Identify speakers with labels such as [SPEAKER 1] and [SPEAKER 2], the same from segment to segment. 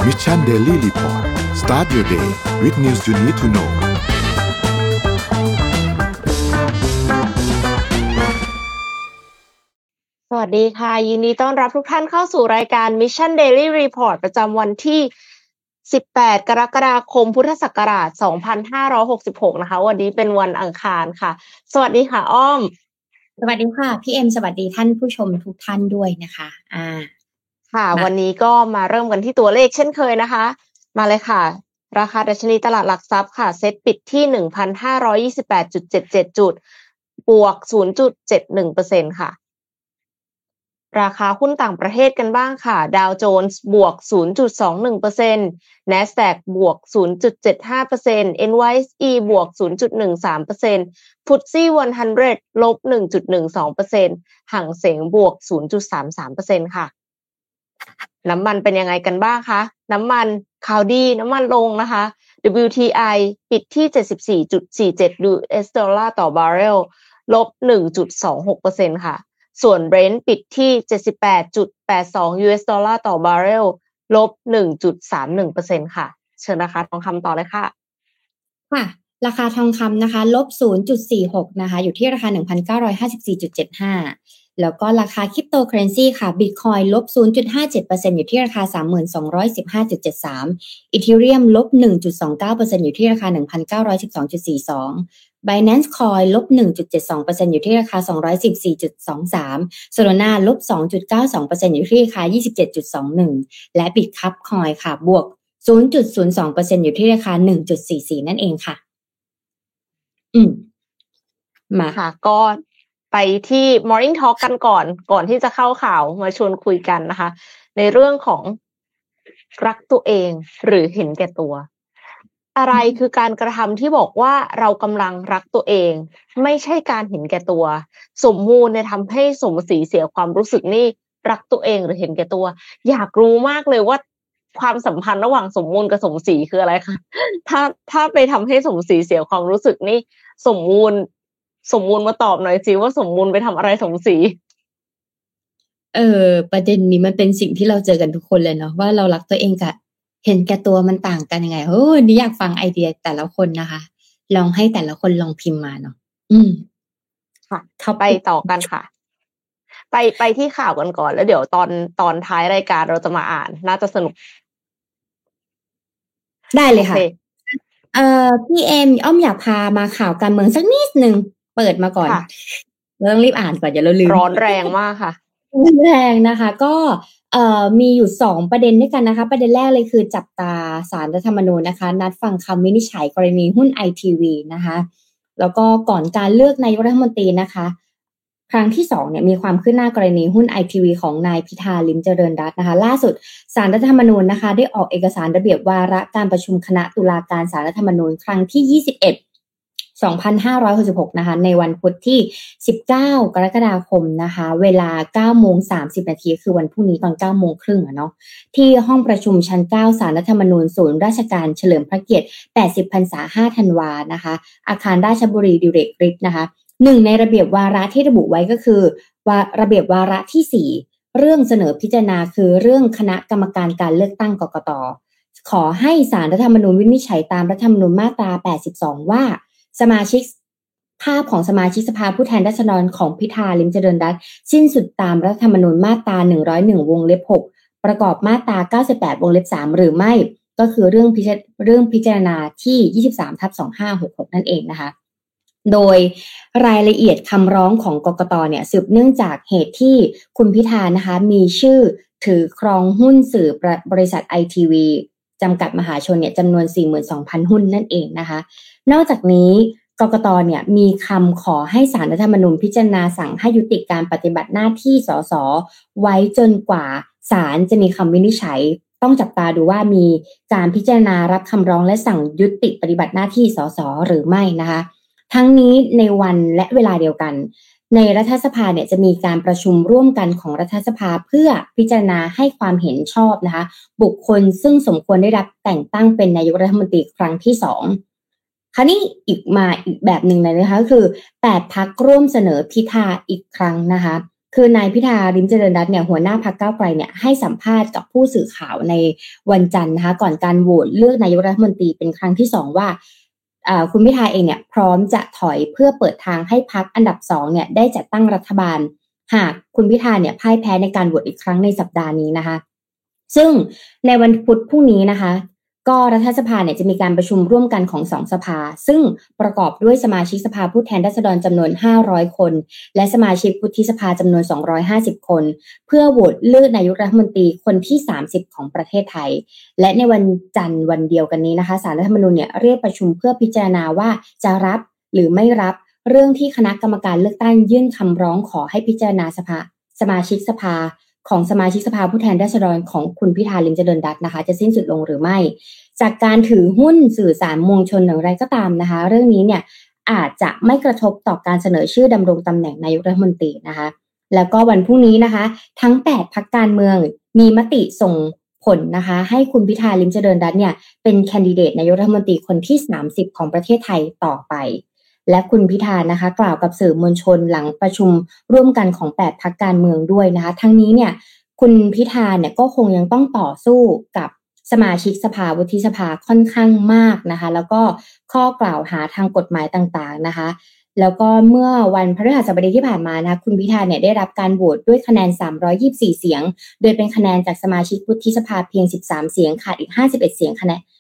[SPEAKER 1] Mission Daily Report start your day with news you need to know
[SPEAKER 2] สวัสดีค่ะยินดีต้อนรับทุกท่านเข้าสู่รายการ Mission Daily Report ประจำวันที่18กรกฎาคมพุทธศักราช2566นะคะวันนี้เป็นวันอังคารค่ะสวัสดีค่ะอ้อม
[SPEAKER 3] สวัสดีค่ะพี่เอ็มสวัสดีท่านผู้ชมทุกท่านด้วยนะคะ
[SPEAKER 2] ค่ะวันนี้ก็มาเริ่มกันที่ตัวเลขเช่นเคยนะคะมาเลยค่ะราคาดัชนีตลาดหลักทรัพย์ค่ะเซ็ตปิดที่ 1,528.77 จุดบวก 0.71% ค่ะราคาหุ้นต่างประเทศกันบ้างค่ะดาวโจนส์บวก 0.21% NASDAQ บวก 0.75% NYSE บวก 0.13% FTSE 100 ลบ 1.12% หั่งเส็งบวก 0.33% ค่ะน้ำมันเป็นยังไงกันบ้างคะน้ำมันข่าวดีน้ำมันลงนะคะ WTI ปิดที่ 74.47 US ดอลลาร์ต่อบาร์เรลลบ 1.26% ค่ะส่วน Brent ปิดที่ 78.82 US ดอลลาร์ต่อบาร์เรลลบ 1.31% ค่ะเชิญราคาทองคำต่อเลยค่ะ
[SPEAKER 3] ค่ะราคาทองคำนะคะลบ 0.46 นะคะอยู่ที่ราคา 1,954.75 แล้วก็ราคาคริปโตเคอเรนซีค่ะ Bitcoin ลบ 0.57% อยู่ที่ราคา 3215.73 Ethereum ลบ 1.29% อยู่ที่ราคา 1,912.42 Binance Coin ลบ 1.72% อยู่ที่ราคา 214.23 Solana ลบ 2.92% อยู่ที่ราคา 27.21 และ Bitcup Coin ค่ะบวก 0.02% อยู่ที่ราคา 1.44 นั่นเองค่ะ
[SPEAKER 2] มาค่ะก็ไปที่ Morning Talk กันก่อนที่จะเข้าข่าวมาชวนคุยกันนะคะในเรื่องของรักตัวเองหรือเห็นแก่ตัวอะไรคือการกระทำที่บอกว่าเรากำลังรักตัวเองไม่ใช่การเห็นแก่ตัวสมมูลเนี่ยทำให้สมศรีเสียความรู้สึกนี่รักตัวเองหรือเห็นแก่ตัวอยากรู้มากเลยว่าความสัมพันธ์ระหว่างสมมูลกับสมศรีคืออะไรคะถ้าไปทำให้สมศรีเสียความรู้สึกนี่สมมูลมาตอบหน่อยสิว่าสมมูลไปทำอะไรสมศรี
[SPEAKER 3] ประเด็นนี้มันเป็นสิ่งที่เราเจอกันทุกคนเลยเนาะว่าเรารักตัวเองกับเห็นแก่ตัวมันต่างกันยังไงนี่อยากฟังไอเดียแต่ละคนนะคะลองให้แต่ละคนลองพิมพ์มาเนาะ
[SPEAKER 2] ค่ะเข้าไปต่อกันค่ะไปที่ข่าวกันก่อนแล้วเดี๋ยวตอนท้ายรายการเราจะมาอ่านน่าจะสนุก
[SPEAKER 3] ได้เลยค่ะพี่เอ็มอ้อมอยากพามาข่าวการเมืองสักนิดนึงเปิดมาก่อนเราต้องรีบอ่านก่อนอย่าเราลืม
[SPEAKER 2] ร้อนแรงมากค่ะ
[SPEAKER 3] แรงนะคะก็มีอยู่2ประเด็นด้วยกันนะคะประเด็นแรกเลยคือจับตาศาลรัฐธรรมนูญนะคะนัดฟังคำวินิจฉัยกรณีหุ้น ITV นะคะแล้วก็ก่อนการเลือกนายกรัฐมนตรีนะคะครั้งที่2เนี่ยมีความคืบหน้ากรณีหุ้น ITV ของนายพิธาลิ้มเจริญรัตน์นะคะล่าสุดศาลรัฐธรรมนูญนะคะได้ออกเอกสารระเบียบวาระการประชุมคณะตุลาการศาลรัฐธรรมนูญครั้งที่2566นะคะในวันพุธที่19กรกฎาคมนะคะเวลา 9:30 น.คือวันพรุ่งนี้ตอน 9:30 น.เนาะที่ห้องประชุมชั้น9ศาลรัฐธรรมนูญศูนย์ราชการเฉลิมพระเกียรติ80พรรษา5ธันวานะคะอาคารราชบุรีดิเรกฤทธิ์นะคะหนึ่งในระเบียบวาระที่ระบุไว้ก็คือว่าระเบียบวาระที่4เรื่องเสนอพิจารณาคือเรื่องคณะกรรมการการเลือกตั้งกกต.ขอให้ศาลรัฐธรรมนูญวินิจฉัยตามรัฐธรรมนูญมาตรา82ว่าสมาชิกภาพของสมาชิกสภาผู้แทนราษฎรของพิธาลิ้มเจริญรัตน์สิ้นสุดตามรัฐธรรมนูญมาตรา101วงเล็บ6ประกอบมาตรา98วงเล็บ3หรือไม่ก็คือเรื่องพิจารณาที่23/2566นั่นเองนะคะโดยรายละเอียดคำร้องของกกต.เนี่ยสืบเนื่องจากเหตุที่คุณพิธานะคะมีชื่อถือครองหุ้นสื่อบริษัท ITV จำกัดมหาชนเนี่ยจำนวน 42,000 หุ้นนั่นเองนะคะนอกจากนี้กกต.เนี่ยมีคำขอให้ศาลรัฐธรรมนูญพิจารณาสั่งให้ยุติการปฏิบัติหน้าที่สสไว้จนกว่าศาลจะมีคำวินิจฉัยต้องจับตาดูว่ามีการพิจารณารับคำร้องและสั่งยุติปฏิบัติหน้าที่สสหรือไม่นะคะทั้งนี้ในวันและเวลาเดียวกันในรัฐสภาเนี่ยจะมีการประชุมร่วมกันของรัฐสภาเพื่อพิจารณาให้ความเห็นชอบนะคะบุคคลซึ่งสมควรได้รับแต่งตั้งเป็นนายกรัฐมนตรีครั้งที่2คราวนี้อีกแบบหนึ่งเลยนะคะก็คือ8พรรคร่วมเสนอพิธาอีกครั้งนะคะคือนายพิธาลิ้มเจริญรัตน์เนี่ยหัวหน้าพรรคก้าวไกลเนี่ยให้สัมภาษณ์กับผู้สื่อข่าวในวันจันทร์นะคะก่อนการโหวตเลือกนายกรัฐมนตรีเป็นครั้งที่2ว่าคุณพิธาเองเนี่ยพร้อมจะถอยเพื่อเปิดทางให้พรรคอันดับ2เนี่ยได้จัดตั้งรัฐบาลหากคุณพิธาเนี่ยพ่ายแพ้ในการโหวตอีกครั้งในสัปดาห์นี้นะคะซึ่งในวันพุธพรุ่งนี้นะคะก็รัฐสภาเนี่ยจะมีการประชุมร่วมกันของ2สภาซึ่งประกอบด้วยสมาชิกสภาผู้แทนราษฎรจำนวน500คนและสมาชิกวุฒิสภาจำนวน250คนเพื่อโหวตเลือกนายกรัฐมนตรีคนที่30ของประเทศไทยและในวันจันทร์วันเดียวกันนี้นะคะศาลรัฐธรรมนูญเนี่ยเรียกประชุมเพื่อพิจารณาว่าจะรับหรือไม่รับเรื่องที่คณะกรรมการเลือกตั้งยื่นคำร้องขอให้พิจารณาสมาชิกสภาของสมาชิกสภาผู้แทนราษฎรของคุณพิธาลิ้มเจริญรัตน์นะคะจะสิ้นสุดลงหรือไม่จากการถือหุ้นสื่อสารมวลชนอย่างไรก็ตามนะคะเรื่องนี้เนี่ยอาจจะไม่กระทบต่อการเสนอชื่อดำรงตำแหน่งนายกรัฐมนตรีนะคะแล้วก็วันพรุ่งนี้นะคะทั้ง8พรรคการเมืองมีมติส่งผลนะคะให้คุณพิธาลิ้มเจริญรัตน์เนี่ยเป็นแคนดิเดตนายกรัฐมนตรีคนที่30ของประเทศไทยต่อไปและคุณพิธานะคะกล่าวกับสื่อมวลชนหลังประชุมร่วมกันของ8พรรคการเมืองด้วยนะคะทั้งนี้เนี่ยคุณพิธาเนี่ยก็คงยังต้องต่อสู้กับสมาชิกสภาวุฒิสภาค่อนข้างมากนะคะแล้วก็ข้อกล่าวหาทางกฎหมายต่างๆนะคะแล้วก็เมื่อวันพฤหัสบดีที่ผ่านมานะคะคุณพิธาเนี่ยได้รับการโหวตด้วยคะแนน324เสียงโดยเป็นคะแนนจากสมาชิกวุฒิสภาเพียง13เสียงขาดอีก51เสียง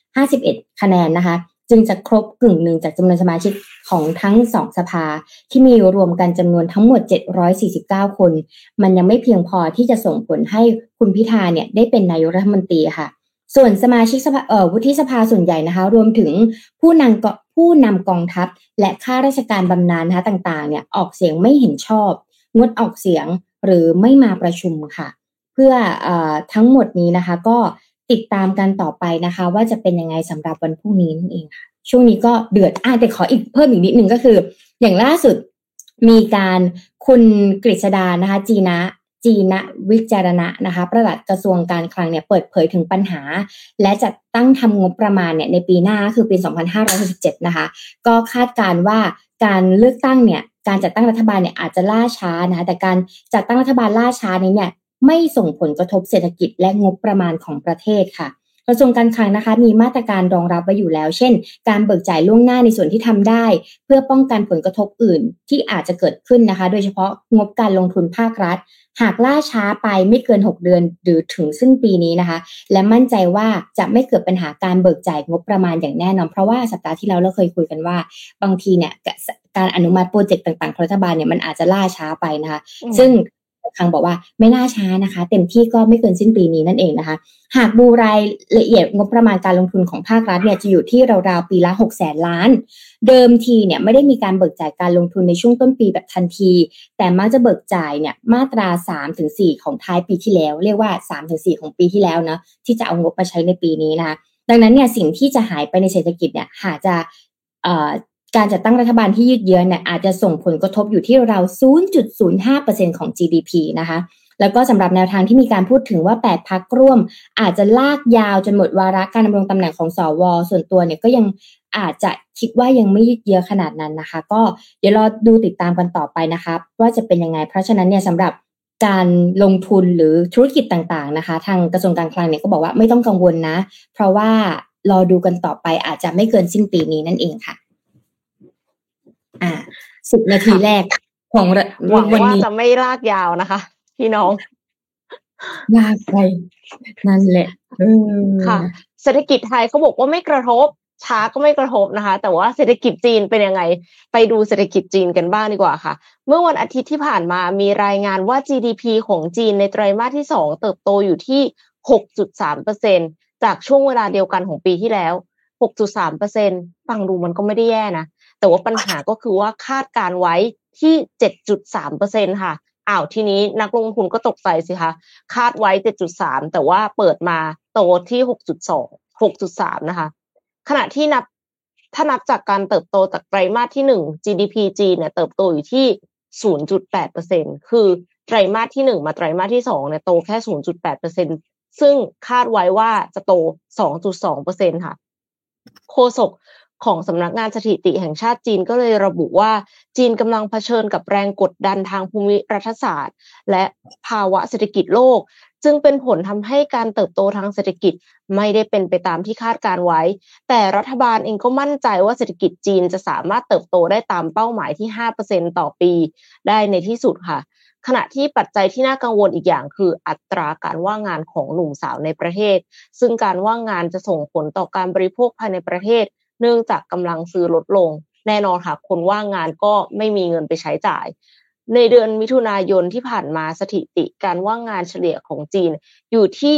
[SPEAKER 3] 51คะแนนนะคะจึงจะครบกึ่งหนึ่งจากจำนวนสมาชิกของทั้ง2สภาที่มีรวมกันจำนวนทั้งหมด749คนมันยังไม่เพียงพอที่จะส่งผลให้คุณพิธาเนี่ยได้เป็นนายกรัฐมนตรีค่ะส่วนสมาชิกสภาวุฒิสภาส่วนใหญ่นะคะรวมถึงผู้นำกองทัพและข้าราชการบำนาญนะคะต่างๆเนี่ยออกเสียงไม่เห็นชอบงดออกเสียงหรือไม่มาประชุมค่ะเพื่อทั้งหมดนี้นะคะก็ติดตามกันต่อไปนะคะว่าจะเป็นยังไงสำหรับวันพรุ่งนี้นั่นเองค่ะช่วงนี้ก็เดือดแต่ขออีกเพิ่มอีกนิดนึงก็คืออย่างล่าสุดมีการคุณกฤษดานะคะจีนะวิจารณะนะคะปลัดกระทรวงการคลังเนี่ยเปิดเผยถึงปัญหาและจัดตั้งทำงบประมาณเนี่ยในปีหน้าคือปี2567นะคะก็คาดการว่าการเลือกตั้งเนี่ยการจัดตั้งรัฐบาลเนี่ยอาจจะล่าช้านะคะแต่การจัดตั้งรัฐบาลล่าช้านี้เนี่ยไม่ส่งผลกระทบเศรษฐกิจและงบประมาณของประเทศค่ะกระทรวงการคลังนะคะมีมาตรการรองรับไว้อยู่แล้วเช่นการเบิกจ่ายล่วงหน้าในส่วนที่ทำได้เพื่อป้องกันผลกระทบอื่นที่อาจจะเกิดขึ้นนะคะโดยเฉพาะงบการลงทุนภาครัฐหากล่าช้าไปไม่เกิน6เดือนหรือถึงสิ้นปีนี้นะคะและมั่นใจว่าจะไม่เกิดปัญหาการเบิกจ่ายงบประมาณอย่างแน่นอนเพราะว่าสัปดาห์ที่แล้วเราเคยคุยกันว่าบางทีเนี่ยการอนุมัติโปรเจกต์ต่างๆของรัฐบาลเนี่ยมันอาจจะล่าช้าไปนะคะซึ่งคลังบอกว่าไม่ล่าช้านะคะเต็มที่ก็ไม่เกินสิ้นปีนี้นั่นเองนะคะหากดูรายละเอียดงบประมาณการลงทุนของภาครัฐเนี่ยจะอยู่ที่ราวๆปีละ600,000 ล้านเดิมทีเนี่ยไม่ได้มีการเบิกจ่ายการลงทุนในช่วงต้นปีแบบทันทีแต่มักจะเบิกจ่ายเนี่ยมาตรา 3-4 ของท้ายปีที่แล้วเรียกว่า 3-4 ของปีที่แล้วนะที่จะเอางบมาใช้ในปีนี้นะคะดังนั้นเนี่ยสิ่งที่จะหายไปในเศรษฐกิจเนี่ยหากจะการจัดตั้งรัฐบาลที่ยืดเยื้อเนี่ยอาจจะส่งผลกระทบอยู่ที่ราว 0.05% ของ GDP นะคะแล้วก็สำหรับแนวทางที่มีการพูดถึงว่า8พรรคร่วมอาจจะลากยาวจนหมดวาระการดำรงตำแหน่งของสวส่วนตัวเนี่ยก็ยังอาจจะคิดว่ายังไม่ยืดเยื้อขนาดนั้นนะคะก็เดี๋ยวรอดูติดตามกันต่อไปนะคะว่าจะเป็นยังไงเพราะฉะนั้นเนี่ยสำหรับการลงทุนหรือธุรกิจต่างๆนะคะทางกระทรวงการคลังเนี่ยก็บอกว่าไม่ต้องกังวลนะเพราะว่ารอดูกันต่อไปอาจจะไม่เกินสิ้นปีนี้นั่นเองค่ะ10 นาทีแรกของ
[SPEAKER 2] วันนี้จะไม่ลากยาวนะคะพี่น้อง
[SPEAKER 3] ลากไปนั่นแหละ
[SPEAKER 2] ค่ะเศรษฐกิจไทยเขาบอกว่าไม่กระทบช้าก็ไม่กระทบนะคะแต่ว่าเศรษฐกิจจีนเป็นยังไงไปดูเศรษฐกิจจีนกันบ้างดีกว่าค่ะเมื่อวันอาทิตย์ที่ผ่านมามีรายงานว่า GDP ของจีนในไตรมาสที่2เติบโตอยู่ที่ 6.3% จากช่วงเวลาเดียวกันของปีที่แล้ว 6.3% ฟังดูมันก็ไม่ได้แย่นะแต่ว่าปัญหาก็คือว่าคาดการไว้ที่ 7.3% ค่ะทีนี้นักลงทุนก็ตกใจสิคะคาดไว้ 7.3 แต่ว่าเปิดมาโตที่ 6.3 นะคะขณะที่ถ้านับจากการเติบโตจากไตรมาสที่1 GDP จีนเนี่ยเติบโตอยู่ที่ 0.8% คือไตรมาสที่1มาไตรมาสที่2เนี่ยโตแค่ 0.8% ซึ่งคาดไว้ว่าจะโต 2.2% ค่ะโฆษกของสำนักงานสถิติแห่งชาติจีนก็เลยระบุว่าจีนกำลังเผชิญกับแรงกดดันทางภูมิรัฐศาสตร์และภาวะเศรษฐกิจโลกจึงเป็นผลทำให้การเติบโตทางเศรษฐกิจไม่ได้เป็นไปตามที่คาดการไว้แต่รัฐบาลเองก็มั่นใจว่าเศรษฐกิจจีนจะสามารถเติบโตได้ตามเป้าหมายที่ 5% ต่อปีได้ในที่สุดค่ะขณะที่ปัจจัยที่น่ากังวลอีกอย่างคืออัตราการว่างงานของหนุ่มสาวในประเทศซึ่งการว่างงานจะส่งผลต่อการบริโภคภายในประเทศเนื่องจากกำลังซื้อลดลงแน่นอนค่ะคนว่างงานก็ไม่มีเงินไปใช้จ่ายในเดือนมิถุนายนที่ผ่านมาสถิติการว่างงานเฉลี่ยของจีนอยู่ที่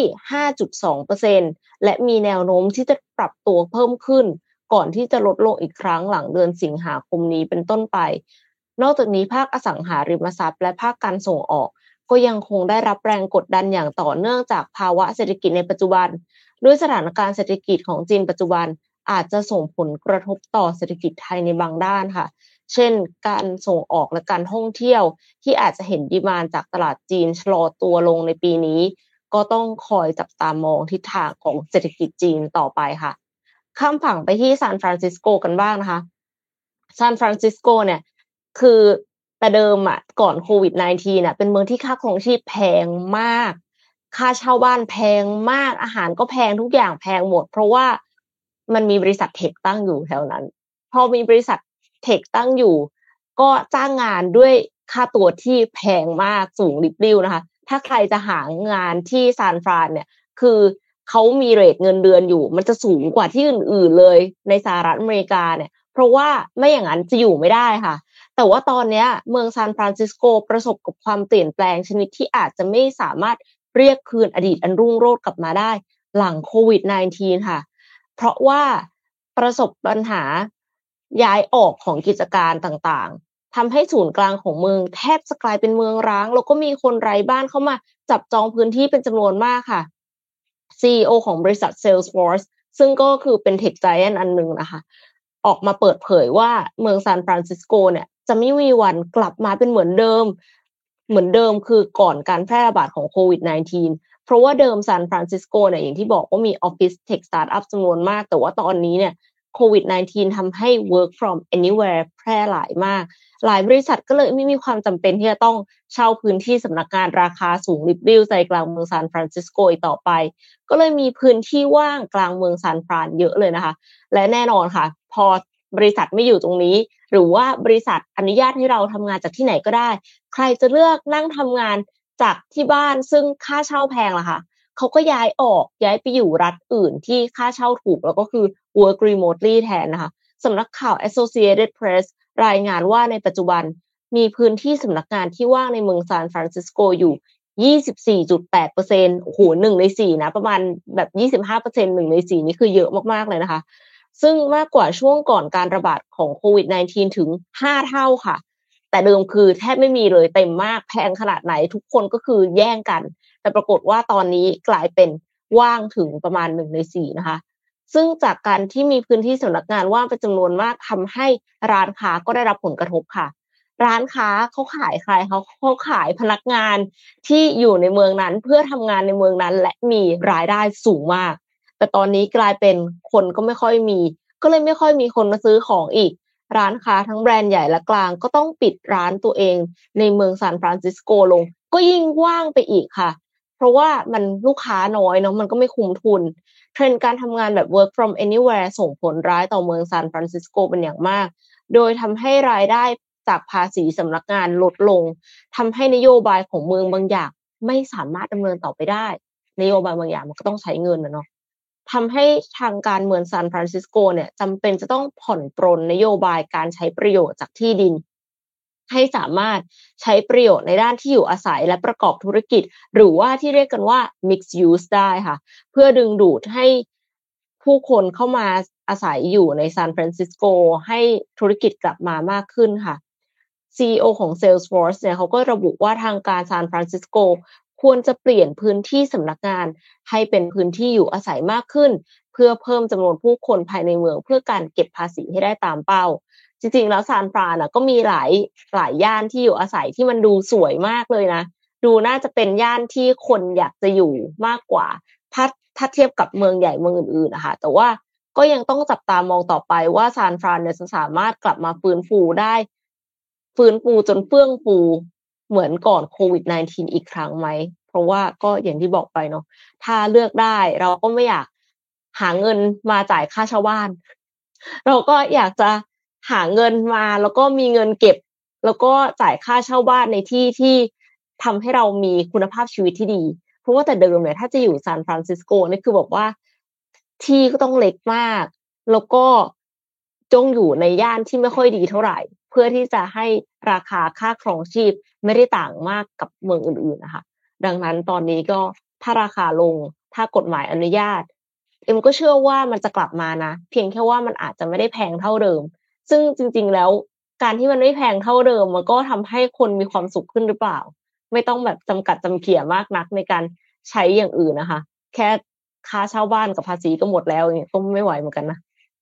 [SPEAKER 2] 5.2% และมีแนวโน้มที่จะปรับตัวเพิ่มขึ้นก่อนที่จะลดลงอีกครั้งหลังเดือนสิงหาคมนี้เป็นต้นไปนอกจากนี้ภาคอสังหาริมทรัพย์และภาคการส่งออกก็ยังคงได้รับแรงกดดันอย่างต่อเนื่องจากภาวะเศรษฐกิจในปัจจุบันด้วยสถานการณ์เศรษฐกิจของจีนปัจจุบันอาจจะส่งผลกระทบต่อเศรษฐกิจไทยในบางด้านค่ะเช่นการส่งออกและการท่องเที่ยวที่อาจจะเห็นดีมานด์จากตลาดจีนชะลอตัวลงในปีนี้ก็ต้องคอยจับตามองทิศทางของเศรษฐกิจจีนต่อไปค่ะข้ามฝั่งไปที่ซานฟรานซิสโกกันบ้างนะคะซานฟรานซิสโกเนี่ยคือแต่เดิมอ่ะก่อนโควิด -19 น่ะเป็นเมืองที่ค่าครองชีพแพงมากค่าเช่าบ้านแพงมากอาหารก็แพงทุกอย่างแพงหมดเพราะว่ามันมีบริษัทเทคตั้งอยู่แถวนั้นพอมีบริษัทเทคตั้งอยู่ก็จ้างงานด้วยค่าตัวที่แพงมากสูงริบลิ่วนะคะถ้าใครจะหางานที่ซานฟรานเนี่ยคือเขามีเรทเงินเดือนอยู่มันจะสูงกว่าที่อื่นๆเลยในสหรัฐอเมริกาเนี่ยเพราะว่าไม่อย่างนั้นจะอยู่ไม่ได้ค่ะแต่ว่าตอนนี้เมืองซานฟรานซิสโกประสบกับความเปลี่ยนแปลงชนิดที่อาจจะไม่สามารถเรียกคืนอดีตอันรุ่งโรจน์กลับมาได้หลังโควิด -19 ค่ะเพราะว่าประสบปัญหาย้ายออกของกิจการต่างๆทำให้ศูนย์กลางของเมืองแทบจะกลายเป็นเมืองร้างแล้วก็มีคนไร้บ้านเข้ามาจับจองพื้นที่เป็นจำนวนมากค่ะ CEO ของบริษัท Salesforce ซึ่งก็คือเป็น Tech Giant อันนึงนะคะออกมาเปิดเผยว่าเมืองซานฟรานซิสโกเนี่ยจะไม่มีวันกลับมาเป็นเหมือนเดิมคือก่อนการแพร่ระบาดของโควิด -19 เพราะว่าเดิมซานฟรานซิสโกเนี่ยอย่างที่บอกว่ามีออฟฟิศเทคสตาร์ทอัพจำนวนมากแต่ว่าตอนนี้เนี่ยโควิด -19 ทำให้ work from anywhere แพร่หลายมากหลายบริษัทก็เลยไม่มีความจำเป็นที่จะต้องเช่าพื้นที่สำนักงานราคาสูงริบลิ่วใจกลางเมืองซานฟรานซิสโกอีกต่อไปก็เลยมีพื้นที่ว่างกลางเมืองซานฟรานเยอะเลยนะคะและแน่นอนค่ะพอบริษัทไม่อยู่ตรงนี้หรือว่าบริษัทอนุญาตให้เราทำงานจากที่ไหนก็ได้ใครจะเลือกนั่งทำงานจากที่บ้านซึ่งค่าเช่าแพงล่ะค่ะเขาก็ย้ายไปอยู่รัฐอื่นที่ค่าเช่าถูกแล้วก็คือ work remotely แทนนะคะสำนักข่าว Associated Press รายงานว่าในปัจจุบันมีพื้นที่สำนักงานที่ว่างในเมืองซานฟรานซิสโกอยู่ 24.8% โอ้โห1ใน4นะประมาณแบบ 25% 1ใน4นี่คือเยอะมากๆเลยนะคะซึ่งมากกว่าช่วงก่อนการระบาดของโควิด -19 ถึง5เท่าค่ะแต่เดิมคือแทบไม่มีเลยเต็มมากแพงขนาดไหนทุกคนก็คือแย่งกันแต่ปรากฏว่าตอนนี้กลายเป็นว่างถึงประมาณ1ใน4นะคะซึ่งจากการที่มีพื้นที่สำนักงานว่างเป็นจำนวนมากทำให้ร้านค้าก็ได้รับผลกระทบค่ะร้านค้าเขาขายใครเขาขายพนักงานที่อยู่ในเมืองนั้นเพื่อทำงานในเมืองนั้นและมีรายได้สูงมากแต่ตอนนี้กลายเป็นคนก็ไม่ค่อยมีก็เลยไม่ค่อยมีคนมาซื้อของอีกร้านค้าทั้งแบรนด์ใหญ่และกลางก็ต้องปิดร้านตัวเองในเมืองซานฟรานซิสโกลงก็ยิ่งว่างไปอีกค่ะเพราะว่ามันลูกค้าน้อยเนาะมันก็ไม่คุ้มทุนเทรนด์การทำงานแบบ work from anywhere ส่งผลร้ายต่อเมืองซานฟรานซิสโกเป็นอย่างมากโดยทำให้รายได้จากภาษีสำนักงานลดลงทำให้นโยบายของเมืองบางอย่างไม่สามารถดำเนินต่อไปได้นโยบายบางอย่างมันก็ต้องใช้เงินนะเนาะทำให้ทางการเมืองซานฟรานซิสโกเนี่ยจำเป็นจะต้องผ่อนปรนนโยบายการใช้ประโยชน์จากที่ดินให้สามารถใช้ประโยชน์ในด้านที่อยู่อาศัยและประกอบธุรกิจหรือว่าที่เรียกกันว่า mixed use ได้ค่ะเพื่อดึงดูดให้ผู้คนเข้ามาอาศัยอยู่ในซานฟรานซิสโกให้ธุรกิจกลับมามากขึ้นค่ะ CEO ของ Salesforce เนี่ยเขาก็ระบุว่าทางการซานฟรานซิสโกควรจะเปลี่ยนพื้นที่สำนักงานให้เป็นพื้นที่อยู่อาศัยมากขึ้นเพื่อเพิ่มจำนวนผู้คนภายในเมืองเพื่อการเก็บภาษีให้ได้ตามเป้าจริงๆแล้วซานฟรานก็มีหลายย่านที่อยู่อาศัยที่มันดูสวยมากเลยนะดูน่าจะเป็นย่านที่คนอยากจะอยู่มากกว่าถ้าเทียบกับเมืองใหญ่เมืองอื่นๆนะคะแต่ว่าก็ยังต้องจับตามองต่อไปว่าซานฟรานเนี่ยจะสามารถกลับมาฟื้นฟูจนเฟื่องฟูเหมือนก่อนโควิด -19 อีกครั้งไหมเพราะว่าก็อย่างที่บอกไปเนาะถ้าเลือกได้เราก็ไม่อยากหาเงินมาจ่ายค่าเช่าบ้านเราก็อยากจะหาเงินมาแล้วก็มีเงินเก็บแล้วก็จ่ายค่าเช่าบ้านในที่ที่ทำให้เรามีคุณภาพชีวิตที่ดีเพราะว่าแต่เดิมเนี่ยถ้าจะอยู่ซานฟรานซิสโกนี่คือบอกว่าที่ก็ต้องเล็กมากแล้วก็จงอยู่ในย่านที่ไม่ค่อยดีเท่าไหร่เพื่อที่จะให้ราคาค่าครองชีพไม่ได้ต่างมากกับเมืองอื่นๆนะคะดังนั้นตอนนี้ก็ถ้าราคาลงถ้ากฎหมายอนุญาตเอ็มก็เชื่อว่ามันจะกลับมานะเพียงแค่ว่ามันอาจจะไม่ได้แพงเท่าเดิมซึ่งจริงๆแล้วการที่มันไม่แพงเท่าเดิมมันก็ทำให้คนมีความสุขขึ้นหรือเปล่าไม่ต้องแบบจำกัดจำเขี่ยมากนักในการใช้อย่างอื่นนะคะแค่ค่าเช่าบ้านกับภาษีก็หมดแล้วอย่างเงี้ยก็ไม่ไหวเหมือนกันนะ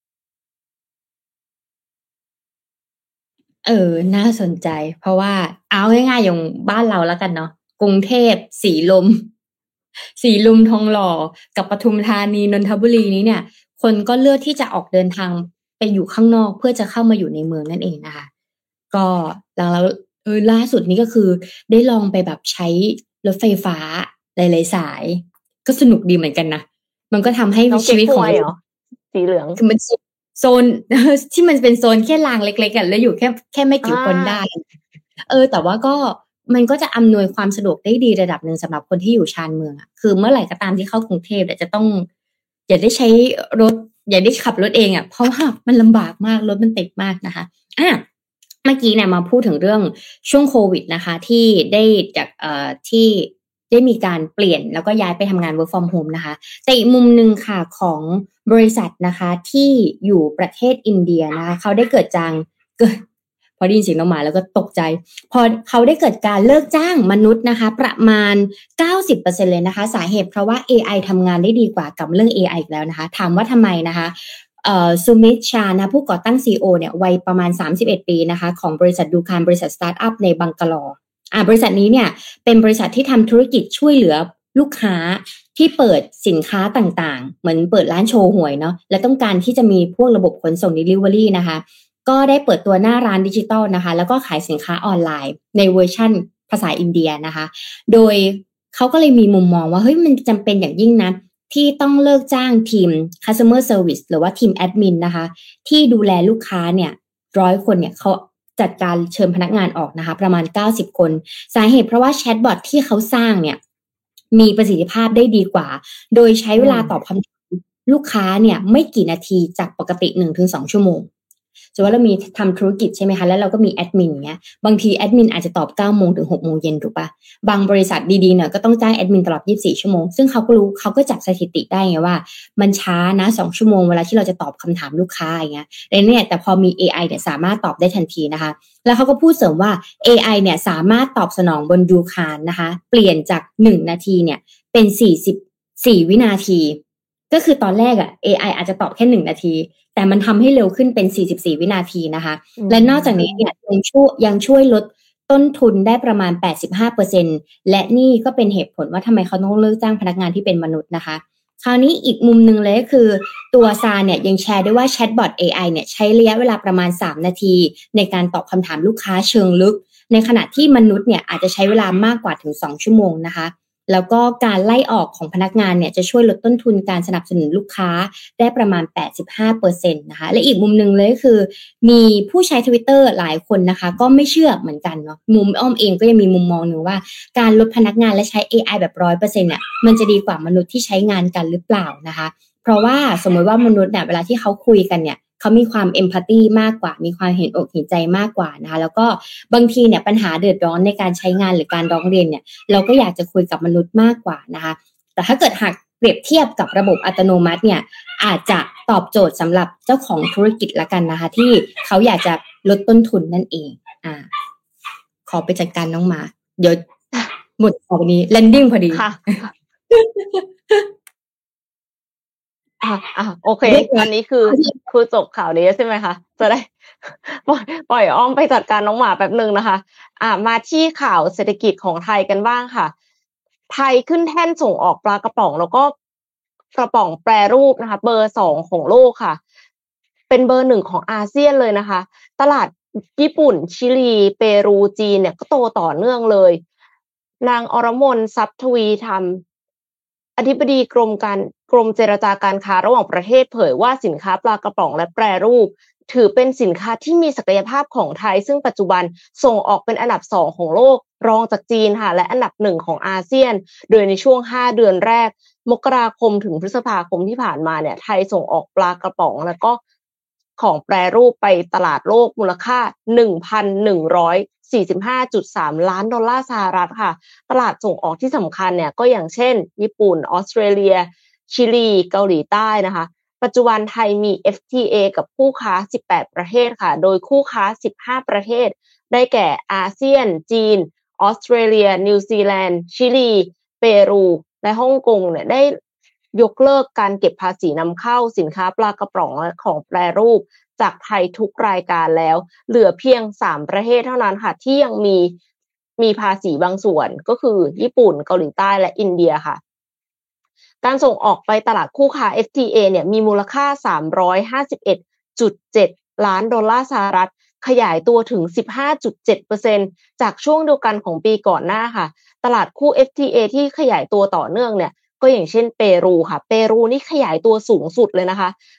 [SPEAKER 3] น่าสนใจเพราะว่าเอาง่ายๆอย่างบ้านเราแล้วกันเนาะกรุงเทพสีลมทองหล่อกับปทุมธานีนนทบุรีนี้เนี่ยคนก็เลือกที่จะออกเดินทางไปอยู่ข้างนอกเพื่อจะเข้ามาอยู่ในเมืองนั่นเองนะคะก็หลังแล้วล่าสุดนี้ก็คือได้ลองไปแบบใช้รถไฟฟ้าหลายๆสายก็สนุกดีเหมือนกันนะมันก็ทำให้ชีวิตของเรา
[SPEAKER 2] สีเหลือง
[SPEAKER 3] คือมันโซน ที่มันเป็นโซนแค่รางเล็กๆกันแล้วอยู่แค่ไม่กี่คนได้แต่ว่าก็มันก็จะอำนวยความสะดวกได้ดีระดับหนึ่งสำหรับคนที่อยู่ชานเมืองคือเมื่อไหร่ก็ตามที่เข้ากรุงเทพเนี่ยจะต้องอย่าได้ใช้รถอย่าได้ขับรถเองเพราะว่ามันลำบากมากรถมันติดมากนะคะเมื่อกี้เนี่ยมาพูดถึงเรื่องช่วงโควิดนะคะที่ได้จากที่ได้มีการเปลี่ยนแล้วก็ย้ายไปทำงาน work from home นะคะแต่อีกมุมหนึ่งค่ะของบริษัทนะคะที่อยู่ประเทศอินเดียนะคะเขาได้เกิดพอได้ยินเสียงน้องหมาแล้วก็ตกใจพอเขาได้เกิดการเลิกจ้างมนุษย์นะคะประมาณ 90% เลยนะคะสาเหตุเพราะว่า AI ทำงานได้ดีกว่ากับเรื่อง AI อีกแล้วนะคะถามว่าทำไมนะคะซูมิตชานะผู้ก่อตั้ง CEO เนี่ยวัยประมาณ31ปีนะคะของบริษัทดูคานบริษัทสตาร์ทอัพในบังกาลอบริษัทนี้เนี่ยเป็นบริษัทที่ทำธุรกิจช่วยเหลือลูกค้าที่เปิดสินค้าต่างๆเหมือนเปิดร้านโชว์หวยเนาะและต้องการที่จะมีพวกระบบขนส่ง Delivery นะคะก็ได้เปิดตัวหน้าร้านดิจิตอลนะคะแล้วก็ขายสินค้าออนไลน์ในเวอร์ชั่นภาษาอินเดียนะคะโดยเขาก็เลยมีมุมมองว่าเฮ้ยมันจำเป็นอย่างยิ่งนะที่ต้องเลิกจ้างทีม customer service หรือว่าทีมแอดมินนะคะที่ดูแลลูกค้าเนี่ย100 คนเนี่ยเขาจัดการเชิญพนักงานออกนะคะประมาณ90 คนสาเหตุเพราะว่าแชทบอทที่เขาสร้างเนี่ยมีประสิทธิภาพได้ดีกว่าโดยใช้เวลาตอบคำถามลูกค้าเนี่ยไม่กี่นาทีจากปกติ 1-2 ชั่วโมงสมมติว่าเรามีทำธุรกิจใช่ไหมคะแล้วเราก็มีแอดมินเงี้ยบางทีแอดมินอาจจะตอบ 9 โมงถึง 6 โมงเย็นถูกปะบางบริษัทดีๆหน่อยก็ต้องจ้างแอดมินตลอด 24 ชั่วโมงซึ่งเขาก็รู้เขาก็จับสถิติได้ไงว่ามันช้านะ2 ชั่วโมงเวลาที่เราจะตอบคำถามลูกค้าอย่างเงี้ยแต่พอมี AI เนี่ยสามารถตอบได้ทันทีนะคะแล้วเขาก็พูดเสริมว่า AI เนี่ยสามารถตอบสนองบนดูคานนะคะเปลี่ยนจาก1 นาทีเนี่ยเป็น44 วินาทีก็คือตอนแรกAI อาจจะตอบแค่1 นาทีแต่มันทำให้เร็วขึ้นเป็น44 วินาทีนะคะและนอกจากนี้เนี่ยยังช่วยลดต้นทุนได้ประมาณ 85% และนี่ก็เป็นเหตุผลว่าทำไมเขาต้องเลิกจ้างพนักงานที่เป็นมนุษย์นะคะคราวนี้อีกมุมนึงเลยก็คือตัวซาเนี่ยยังแชร์ด้วยว่าแชทบอท AI เนี่ยใช้ระยะเวลาประมาณ3 นาทีในการตอบคำถามลูกค้าเชิงลึกในขณะที่มนุษย์เนี่ยอาจจะใช้เวลามากกว่าถึง2 ชั่วโมงนะคะแล้วก็การไล่ออกของพนักงานเนี่ยจะช่วยลดต้นทุนการสนับสนุนลูกค้าได้ประมาณ 85% นะคะและอีกมุมนึงเลยก็คือมีผู้ใช้ Twitter หลายคนนะคะก็ไม่เชื่อเหมือนกันเนาะมุมอ้อมเองก็ยังมีมุมมองหนึ่งว่าการลดพนักงานและใช้ AI แบบ 100% เนี่ยมันจะดีกว่ามนุษย์ที่ใช้งานกันหรือเปล่านะคะเพราะว่าสมมติว่ามนุษย์เนี่ยเวลาที่เขาคุยกันเนี่ยเขามีความเอมพัตตีมากกว่ามีความเห็นอกเห็นใจมากกว่านะคะแล้วก็บางทีเนี่ยปัญหาเดือดร้อนในการใช้งานหรือการร้องเรียนเนี่ยเราก็อยากจะคุยกับมนุษย์มากกว่านะคะแต่ถ้าเกิดหากเปรียบเทียบกับระบบอัตโนมัติเนี่ยอาจจะตอบโจทย์สำหรับเจ้าของธุรกิจละกันนะคะที่เขาอยากจะลดต้นทุนนั่นเองขอไปจัดการน้องหมาเดี๋ยวหมดตอนนี้แลนดิ้งพอดีค่ะ
[SPEAKER 2] โอเคอันนี้คือจบข่าวนี้ใช่ไหมคะจะได้ปล่อยอ้อมไปจัดการน้องหมาแป๊บนึงนะคะมาที่ข่าวเศรษฐกิจของไทยกันบ้างค่ะไทยขึ้นแท่นส่งออกปลากระป๋องแล้วก็กระป๋องแปรรูปนะคะเบอร์2ของโลกค่ะเป็นเบอร์1ของอาเซียนเลยนะคะตลาดญี่ปุ่นชิลีเปรูจีนเนี่ยก็โตต่อเนื่องเลยนางอรมนทรัพย์ทวีธรรมอธิบดีกรมเจรจาการค้าระหว่างประเทศเผยว่าสินค้าปลากระป๋องและแปรรูปถือเป็นสินค้าที่มีศักยภาพของไทยซึ่งปัจจุบันส่งออกเป็นอันดับ2ของโลกรองจากจีนค่ะและอันดับ1ของอาเซียนโดยในช่วง5เดือนแรกมกราคมถึงพฤษภาคมที่ผ่านมาเนี่ยไทยส่งออกปลากระป๋องแล้วก็ของแปรรูปไปตลาดโลกมูลค่า 1,145.3 ล้านดอลลาร์สหรัฐค่ะตลาดส่งออกที่สำคัญเนี่ยก็อย่างเช่นญี่ปุ่นออสเตรเลียชิลีเกาหลีใต้นะคะปัจจุบันไทยมี FTA กับคู่ค้า18ประเทศค่ะโดยคู่ค้า15ประเทศได้แก่อาเซียนจีนออสเตรเลียนิวซีแลนด์ชิลีเปรูและฮ่องกงเนี่ยได้ยกเลิกการเก็บภาษีนำเข้าสินค้าปลากระป๋องและของแปรรูปจากไทยทุกรายการแล้วเหลือเพียง3ประเทศเท่านั้นค่ะที่ยังมีภาษีบางส่วนก็คือญี่ปุ่นเกาหลีใต้และอินเดียค่ะการส่งออกไปตลาดคู่ค้า FTA เนี่ยมีมูลค่า 351.7 ล้านดอลลาร์สหรัฐขยายตัวถึง 15.7% จากช่วงเดียวกันของปีก่อนหน้าค่ะตลาดคู่ FTA ที่ขยายตัวต่อเนื่องเนี่ยก็อย่างเช่นเปรูค่ะเปรูนี่ขยายตัวสูงสุดเลยนะคะ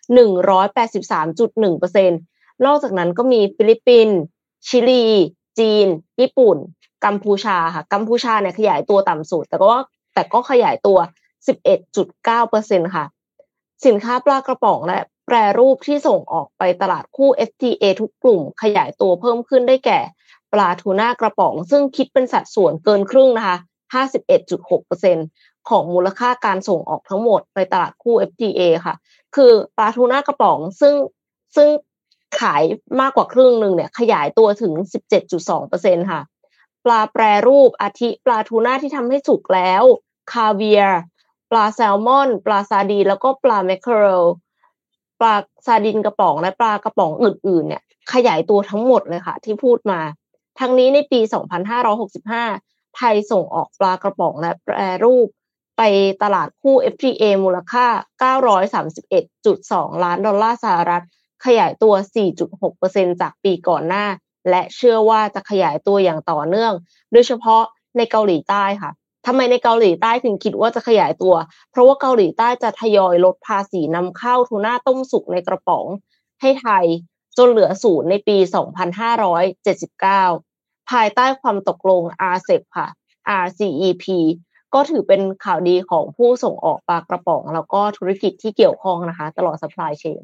[SPEAKER 2] 183.1% นอกจากนั้นก็มีฟิลิปปินส์ชิลีจีนญี่ปุ่นกัมพูชาค่ะกัมพูชาเนี่ยขยายตัวต่ำสุดแต่ก็ขยายตัว 11.9% ค่ะสินค้าปลากระป๋องและแปรรูปที่ส่งออกไปตลาดคู่ FTA ทุกกลุ่มขยายตัวเพิ่มขึ้นได้แก่ปลาทูน่ากระป๋องซึ่งคิดเป็นสัดส่วนเกินครึ่งนะคะ 51.6% ของมูลค่าการส่งออกทั้งหมดไปตลาดคู่ FTA ค่ะคือปลาทูน่ากระป๋องซึ่งขายมากกว่าครึ่งนึงเนี่ยขยายตัวถึง 17.2% ค่ะปลาแปรรูปอาทิปลาทูน่าที่ทำให้สุกแล้วคาเวียร์ปลาแซลมอนปลาซาดีนแล้วก็ปลาแมคเคอเรลปลาซาดินกระป๋องและปลากระป๋องอื่นๆเนี่ยขยายตัวทั้งหมดเลยค่ะที่พูดมาทั้งนี้ในปี 2565 ไทยส่งออกปลากระป๋องและแปรรูปไปตลาดคู่ FTA มูลค่า 931.2 ล้านดอลลาร์สหรัฐขยายตัว 4.6% จากปีก่อนหน้าและเชื่อว่าจะขยายตัวอย่างต่อเนื่องโดยเฉพาะในเกาหลีใต้ค่ะทำไมในเกาหลีใต้ถึงคิดว่าจะขยายตัวเพราะว่าเกาหลีใต้จะทยอยลดภาษีนำเข้าทูน่าต้มสุกในกระป๋องให้ไทยจนเหลือ0ในปี 2579 ภายใต้ความตกลง RCEP ค่ะ RCEP ก็ถือเป็นข่าวดีของผู้ส่งออกปลากระป๋องแล้วก็ธุรกิจที่เกี่ยวข้องนะคะตลอด supply chain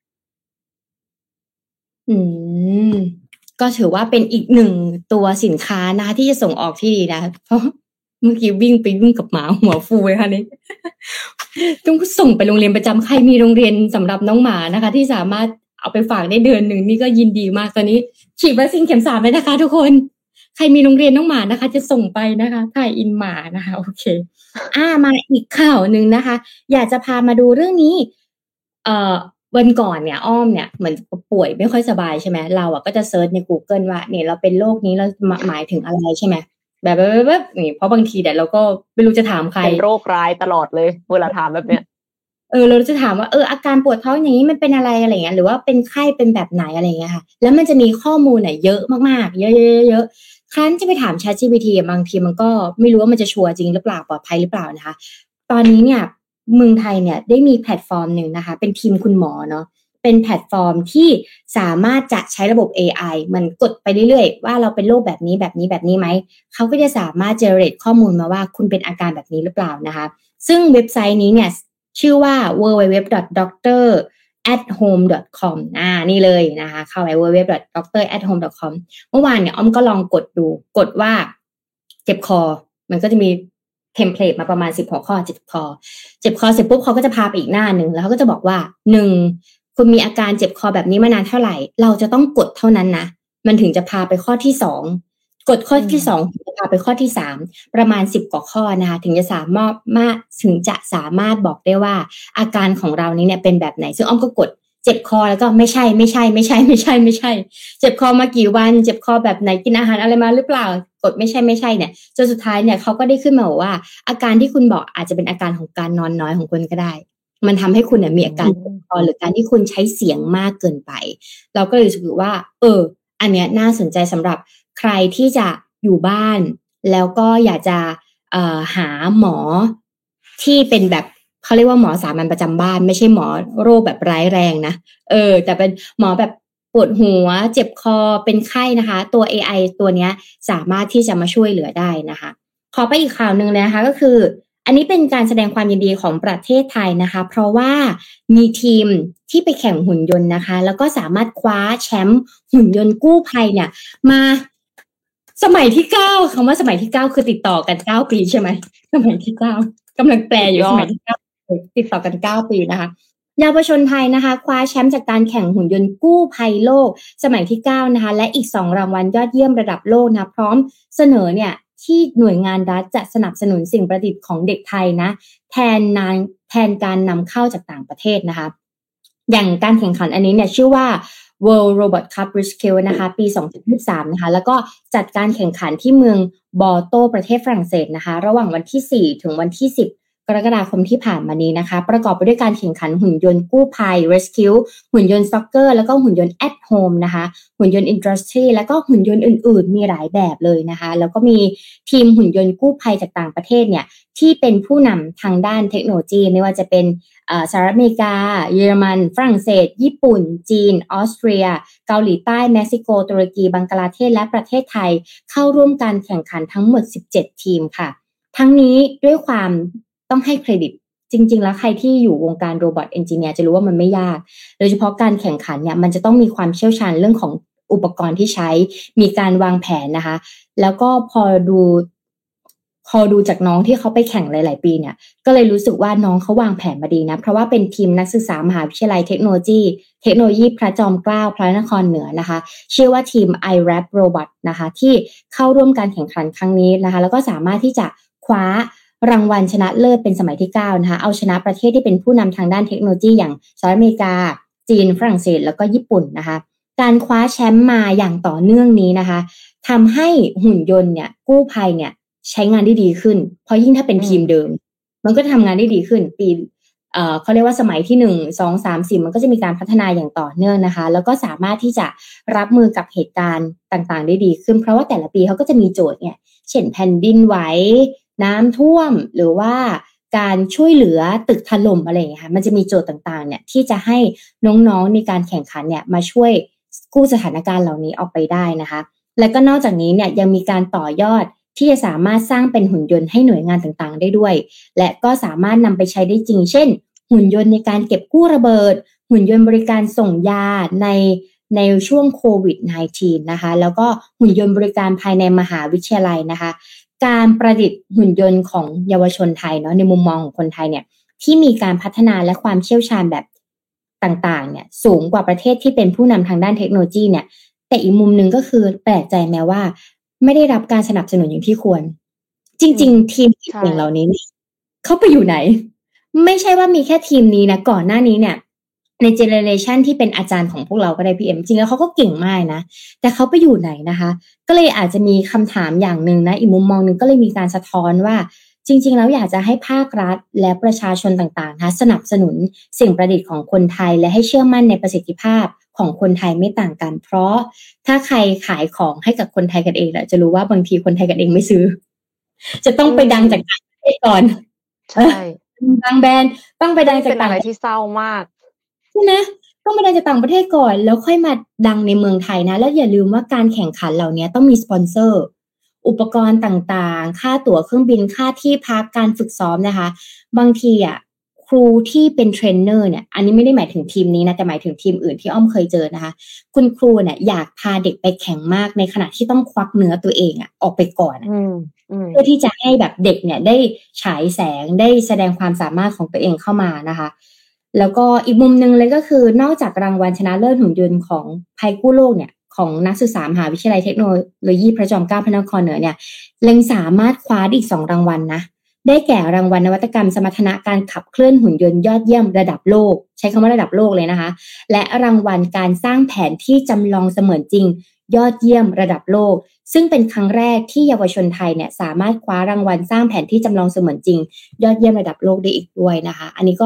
[SPEAKER 3] ก็ถือว่าเป็นอีกหนึ่งตัวสินค้านะคะที่จะส่งออกที่ดีนะเพราะเมื่อกี้วิ่งกับหมาหัวฟูเลยค่ะนี่ ต้องส่งไปโรงเรียนประจำใครมีโรงเรียนสำหรับน้องหมานะคะที่สามารถเอาไปฝากได้เดือนหนึ่งนี่ก็ยินดีมากตอนนี้ฉีดวัคซีนเข็ม 3เลยนะคะทุกคนใครมีโรงเรียนน้องหมานะคะจะส่งไปนะคะถ่ายอินหมานะคะโอเคมาอีกข่าวนึงนะคะอยากจะพามาดูเรื่องนี้วันก่อนเนี่ยอ้อมเนี่ยเหมือนป่วยไม่ค่อยสบายใช่ไหมเราก็จะเซิร์ชใน Google ว่าเนี่ยเราเป็นโรคนี้เราหมายถึงอะไรใช่ไหมแบบนี่เพราะบางทีเดี๋ยวเราก็ไม่รู้จะถามใคร
[SPEAKER 2] เป็นโรคร้ายตลอดเลยเวลาถามแบบเนี้ย
[SPEAKER 3] เราจะถามว่าอาการปวดท้องอย่างนี้มันเป็นอะไรอะไรเงี้ยหรือว่าเป็นไข้เป็นแบบไหนอะไรเงี้ยค่ะแล้วมันจะมีข้อมูลเยอะมากๆเยอะๆครั้นจะไปถาม ChatGPT บางทีมันก็ไม่รู้ว่ามันจะชัวร์จริงหรือเปล่าปลอดภัยหรือเปล่านะคะตอนนี้เนี่ยเมืองไทยเนี่ยได้มีแพลตฟอร์มหนึ่งนะคะเป็นทีมคุณหมอเนาะเป็นแพลตฟอร์มที่สามารถจะใช้ระบบ AI มันกดไปเรื่อยๆว่าเราเป็นโรคแบบนี้ไหมเขาก็จะสามารถ generate ข้อมูลมาว่าคุณเป็นอาการแบบนี้หรือเปล่านะคะซึ่งเว็บไซต์นี้เนี่ยชื่อว่า www.doctor@home.com นี่เลยนะคะเข้าไป www.doctor@home.com เมื่อวานเนี่ยอ้อมก็ลองกดว่าเจ็บคอมันก็จะมีเทมเพลตมาประมาณ10หัวข้อเจ็บคอเสร็จปุ๊บเขาก็จะพาไปอีกหน้านึงแล้วเขาก็จะบอกว่า1คุณมีอาการเจ็บคอแบบนี้มานานเท่าไหร่เราจะต้องกดเท่านั้นนะมันถึงจะพาไปข้อที่2กดข้อที่2ถึงจะพาไปข้อที่3ประมาณ10กว่าข้อนะคะถึงจะสามารถบอกได้ว่าอาการของเรานี้เนี่ยเป็นแบบไหนซึ่งอ้อมก็กดเจ็บคอแล้วก็ไม่ใช่เจ็บคอมากี่วันเจ็บคอแบบไหนกินอาหารอะไรมาหรือเปล่ากดไม่ใช่เนี่ยจนสุดท้ายเนี่ยเขาก็ได้ขึ้นมาบอกว่าอาการที่คุณบอกอาจจะเป็นอาการของการนอนน้อยของคุณก็ได้มันทำให้คุณเนี่ยมีอาการปวดคอหรือการที่คุณใช้เสียงมากเกินไปเราก็เลยรู้สึกว่าอันเนี้ยน่าสนใจสำหรับใครที่จะอยู่บ้านแล้วก็อยากจะหาหมอที่เป็นแบบเขาเรียกว่าหมอสามัญประจำบ้านไม่ใช่หมอโรคแบบร้ายแรงนะแต่เป็นหมอแบบปวดหัวเจ็บคอเป็นไข้นะคะตัว AI ตัวเนี้ยสามารถที่จะมาช่วยเหลือได้นะคะขอไปอีกข่าวนึงเลยนะคะก็คืออันนี้เป็นการแสดงความยินดีของประเทศไทยนะคะเพราะว่ามีทีมที่ไปแข่งหุ่นยนต์นะคะแล้วก็สามารถคว้าแชมป์หุ่นยนต์กู้ภัยเนี่ยมาสมัยที่9คำว่าสมัยที่9คือติดต่อกัน9ปีใช่ไหมสมัยที่9กำลังแปลอยู่สมัยที่9ติดต่อกัน9ปีนะคะเยาวชนไทยนะคะคว้าแชมป์จากการแข่งหุ่นยนต์กู้ภัยโลกสมัยที่9นะคะและอีก2รางวัลยอดเยี่ยมระดับโลกนะพร้อมเสนอเนี่ยที่หน่วยงานรัฐจะสนับสนุนสิ่งประดิษฐ์ของเด็กไทยนะแทนการนำเข้าจากต่างประเทศนะคะอย่างการแข่งขันอันนี้เนี่ยชื่อว่า World Robot Cup Rescue นะคะปี2023นะคะแล้วก็จัดการแข่งขันที่เมืองบอร์โตประเทศฝรั่งเศสนะคะระหว่างวันที่4ถึงวันที่10กรกฎาคมที่ผ่านมานี้นะคะประกอบไปด้วยการแข่งขันหุ่นยนต์กู้ภัย Rescue หุ่นยนต์ซ็อกเกอร์แล้วก็หุ่นยนต์ at home นะคะหุ่นยนต์ Industry แล้วก็หุ่นยนต์อื่นๆมีหลายแบบเลยนะคะแล้วก็มีทีมหุ่นยนต์กู้ภัยจากต่างประเทศเนี่ยที่เป็นผู้นำทางด้านเทคโนโลยีไม่ว่าจะเป็นสหรัฐอเมริกาเยอรมันฝรั่งเศสญี่ปุ่นจีนออสเตรียเกาหลีใต้เม็กซิโกตุรกีบังกลาเทศและประเทศไทยเข้าร่วมการแข่งขันทั้งหมด17ทีมค่ะทั้งนี้ด้วยความต้องให้เครดิตจริงๆแล้วใครที่อยู่วงการโรบอทเอนจิเนียร์จะรู้ว่ามันไม่ยากโดยเฉพาะการแข่งขันเนี่ยมันจะต้องมีความเชี่ยวชาญเรื่องของอุปกรณ์ที่ใช้มีการวางแผนนะคะแล้วก็พอดูจากน้องที่เขาไปแข่งหลายๆปีเนี่ยก็เลยรู้สึกว่าน้องเขาวางแผนมาดีนะเพราะว่าเป็นทีมนักศึกษามหาวิทยาลัยเทคโนโลยีพระจอมเกล้าพระนครเหนือนะคะชื่อว่าทีม iRap Robot นะคะที่เข้าร่วมการแข่งขันครั้งนี้นะคะแล้วก็สามารถที่จะคว้ารางวัลชนะเลิศเป็นสมัยที่9นะคะเอาชนะประเทศที่เป็นผู้นำทางด้านเทคโนโลยีอย่างสหรัฐอเมริกาจีนฝรั่งเศสแล้วก็ญี่ปุ่นนะคะการคว้าแชมป์มาอย่างต่อเนื่องนี้นะคะทำให้หุ่นยนต์เนี่ยกู้ภัยเนี่ยใช้งานได้ดีขึ้นเพราะยิ่งถ้าเป็นทีมเดิมมันก็ทำงานได้ดีขึ้นปีเขาเรียกว่าสมัยที่1 2 3 4มันก็จะมีการพัฒนาอย่างต่อเนื่องนะคะแล้วก็สามารถที่จะรับมือกับเหตุการณ์ต่างๆได้ดีขึ้นเพราะว่าแต่ละปีเขาก็จะมีโจทย์เนี่ยเช่นแผ่นดินไหวน้ำท่วมหรือว่าการช่วยเหลือตึกถล่มอะไรอย่างเงี้ยค่ะมันจะมีโจทย์ต่างๆเนี่ยที่จะให้น้องๆในการแข่งขันเนี่ยมาช่วยกู้สถานการณ์เหล่านี้ออกไปได้นะคะและก็นอกจากนี้เนี่ยยังมีการต่อยอดที่จะสามารถสร้างเป็นหุ่นยนต์ให้หน่วยงานต่างๆได้ด้วยและก็สามารถนำไปใช้ได้จริงเช่นหุ่นยนต์ในการเก็บกู้ระเบิดหุ่นยนต์บริการส่งยาในช่วงโควิด -19 นะคะแล้วก็หุ่นยนต์บริการภายในมหาวิทยาลัยนะคะการประดิษฐ์หุ่นยนต์ของเยาวชนไทยเนาะในมุมมองของคนไทยเนี่ยที่มีการพัฒนาและความเชี่ยวชาญแบบต่างๆเนี่ยสูงกว่าประเทศที่เป็นผู้นำทางด้านเทคโนโลยีเนี่ยแต่อีกมุมนึงก็คือแปลกใจแม้ว่าไม่ได้รับการสนับสนุนอย่างที่ควรจริงๆทีมเก่งเหล่านี้เขาไปอยู่ไหนไม่ใช่ว่ามีแค่ทีมนี้นะก่อนหน้านี้เนี่ยในเจเนเรชันที่เป็นอาจารย์ของพวกเราก็ได้พี่เอ็มจริงแล้วเขาก็เก่งมากนะแต่เขาไปอยู่ไหนนะคะก็เลยอาจจะมีคำถามอย่างหนึ่งนะอีกมุมมองนึงก็เลยมีการสะท้อนว่าจริงๆแล้วอยากจะให้ภาครัฐและประชาชนต่างๆนะสนับสนุนสิ่งประดิษฐ์ของคนไทยและให้เชื่อมั่นในประสิทธิภาพของคนไทยไม่ต่างกันเพราะถ้าใครขายของให้กับคนไทยกันเองจะรู้ว่าบางทีคนไทยกันเองไม่ซื้อจะต้องไปดังจากต่างประเทศก่อน
[SPEAKER 2] ใช่
[SPEAKER 3] บางแบรนด์ต้องไปดังจากต่างประเทศ
[SPEAKER 2] เป็นอะไรที่เศร้ามาก
[SPEAKER 3] ใช่ไหมต้องไปดังจากต่างประเทศก่อนแล้วค่อยมาดังในเมืองไทยนะแล้วอย่าลืมว่าการแข่งขันเหล่านี้ต้องมีสปอนเซอร์อุปกรณ์ต่างๆค่าตั๋วเครื่องบินค่าที่พักการฝึกซ้อมนะคะบางทีครูที่เป็นเทรนเนอร์เนี่ยอันนี้ไม่ได้หมายถึงทีมนี้นะแต่หมายถึงทีมอื่นที่อ้อมเคยเจอนะคะคุณครูเนี่ยอยากพาเด็กไปแข่งมากในขณะที่ต้องควักเนื้อตัวเองออกไปก่อนเพื่อที่จะให้แบบเด็กเนี่ยได้ฉายแสงได้แสดงความสามารถของตัวเองเข้ามานะคะแล้วก็อีกมุมนึงเลยก็คือนอกจากรางวัลชนะเลิศหุ่นยนต์ของภัยกู้โลกเนี่ยของนักศึกษามหาวิทยาลัยเทคโนโลยีพระจอมเกล้าพระนครเหนือเนี่ยยังสามารถคว้าอีก2รางวัลนะได้แก่รางวัลนวัตกรรมสมรรถนะการขับเคลื่อนหุ่นยนต์ยอดเยี่ยมระดับโลกใช้คำว่าระดับโลกเลยนะคะและรางวัลการสร้างแผนที่จำลองเสมือนจริงยอดเยี่ยมระดับโลกซึ่งเป็นครั้งแรกที่เยาวชนไทยเนี่ยสามารถคว้ารางวัลสร้างแผนที่จำลองเสมือนจริงยอดเยี่ยมระดับโลกได้อีกด้วยนะคะอันนี้ก็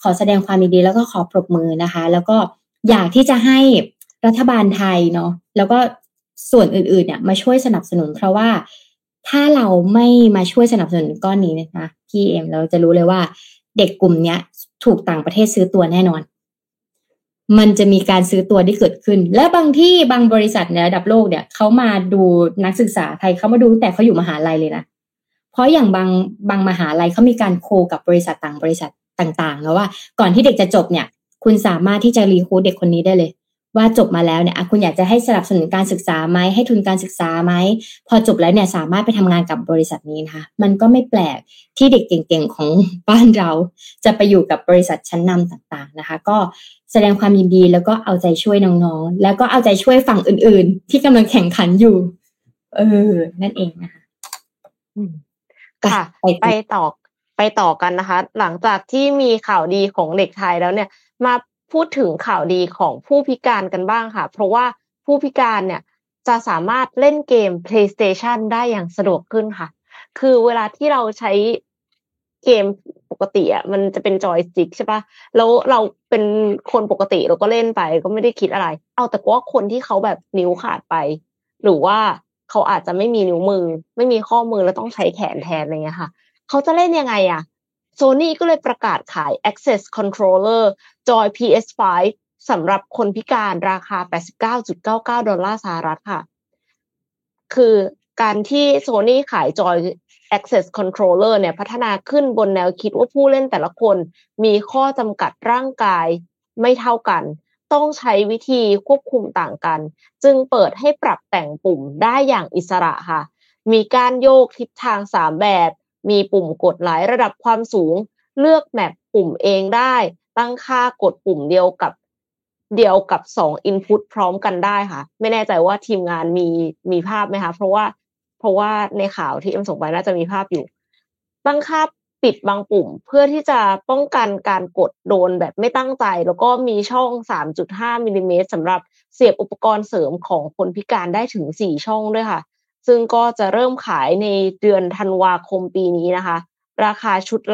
[SPEAKER 3] ขอแสดงความยินดีแล้วก็ขอปรบมือนะคะแล้วก็อยากที่จะให้รัฐบาลไทยเนาะแล้วก็ส่วนอื่นๆเนี่ยมาช่วยสนับสนุนเพราะว่าถ้าเราไม่มาช่วยสนับสนุนก้อนนี้นะพี่เอ็มเราจะรู้เลยว่าเด็กกลุ่มเนี้ยถูกต่างประเทศซื้อตัวแน่นอนมันจะมีการซื้อตัวที่เกิดขึ้นและบางที่บางบริษัทในระดับโลกเนี่ยเขามาดูนักศึกษาไทยเขามาดูแต่เขาอยู่มหาลัยเลยนะเพราะอย่างบางมหาลัยเขามีการโคกับบริษัทต่างๆแล้วว่าก่อนที่เด็กจะจบเนี่ยคุณสามารถที่จะรีครูทเด็กคนนี้ได้เลยว่าจบมาแล้วเนี่ยคุณอยากจะให้สนับสนุนการศึกษาไหมให้ทุนการศึกษาไหมพอจบแล้วเนี่ยสามารถไปทำงานกับบริษัทนี้นะคะมันก็ไม่แปลกที่เด็กเก่งๆของบ้านเราจะไปอยู่กับบริษัทชั้นนำต่างๆนะคะก็แสดงความยินดีแล้วก็เอาใจช่วยน้องๆแล้วก็เอาใจช่วยฝั่งอื่นๆที่กำลังแข่งขันอยู่นั่นเองนะคะ
[SPEAKER 2] ค่ะไปต่อกันนะคะหลังจากที่มีข่าวดีของเด็กไทยแล้วเนี่ยมาพูดถึงข่าวดีของผู้พิการกันบ้างค่ะเพราะว่าผู้พิการเนี่ยจะสามารถเล่นเกม PlayStation ได้อย่างสะดวกขึ้นค่ะคือเวลาที่เราใช้เกมปกติอ่ะมันจะเป็นจอยสติ๊กใช่ปะแล้วเราเป็นคนปกติเราก็เล่นไปก็ไม่ได้คิดอะไรแต่ว่าคนที่เขาแบบนิ้วขาดไปหรือว่าเขาอาจจะไม่มีนิ้วมือไม่มีข้อมือแล้วต้องใช้แขนแทนอะไรเงี้ยค่ะเขาจะเล่นยังไงอ่ะ Sony ก็เลยประกาศขาย Access Controller Joy PS5 สำหรับคนพิการราคา $89.99 ค่ะคือการที่ Sony ขาย Joy Access Controller เนี่ยพัฒนาขึ้นบนแนวคิดว่าผู้เล่นแต่ละคนมีข้อจำกัดร่างกายไม่เท่ากันต้องใช้วิธีควบคุมต่างกันจึงเปิดให้ปรับแต่งปุ่มได้อย่างอิสระค่ะมีการโยกทิศทาง3แบบมีปุ่มกดหลายระดับความสูงเลือกแมปปุ่มเองได้ตั้งค่ากดปุ่มเดียวกับ2 input พร้อมกันได้ค่ะไม่แน่ใจว่าทีมงานมีภาพไหมคะเพราะว่าในข่าวที่ส่งไปน่าจะมีภาพอยู่ตั้งค่าปิดบางปุ่มเพื่อที่จะป้องกันการกดโดนแบบไม่ตั้งใจแล้วก็มีช่อง 3.5 มิลลิเมตรสำหรับเสียบอุปกรณ์เสริมของคนพิการได้ถึง4ช่องด้วยค่ะซึ่งก็จะเริ่มขายในเดือนธันวาคมปีนี้นะคะราคาชุดละ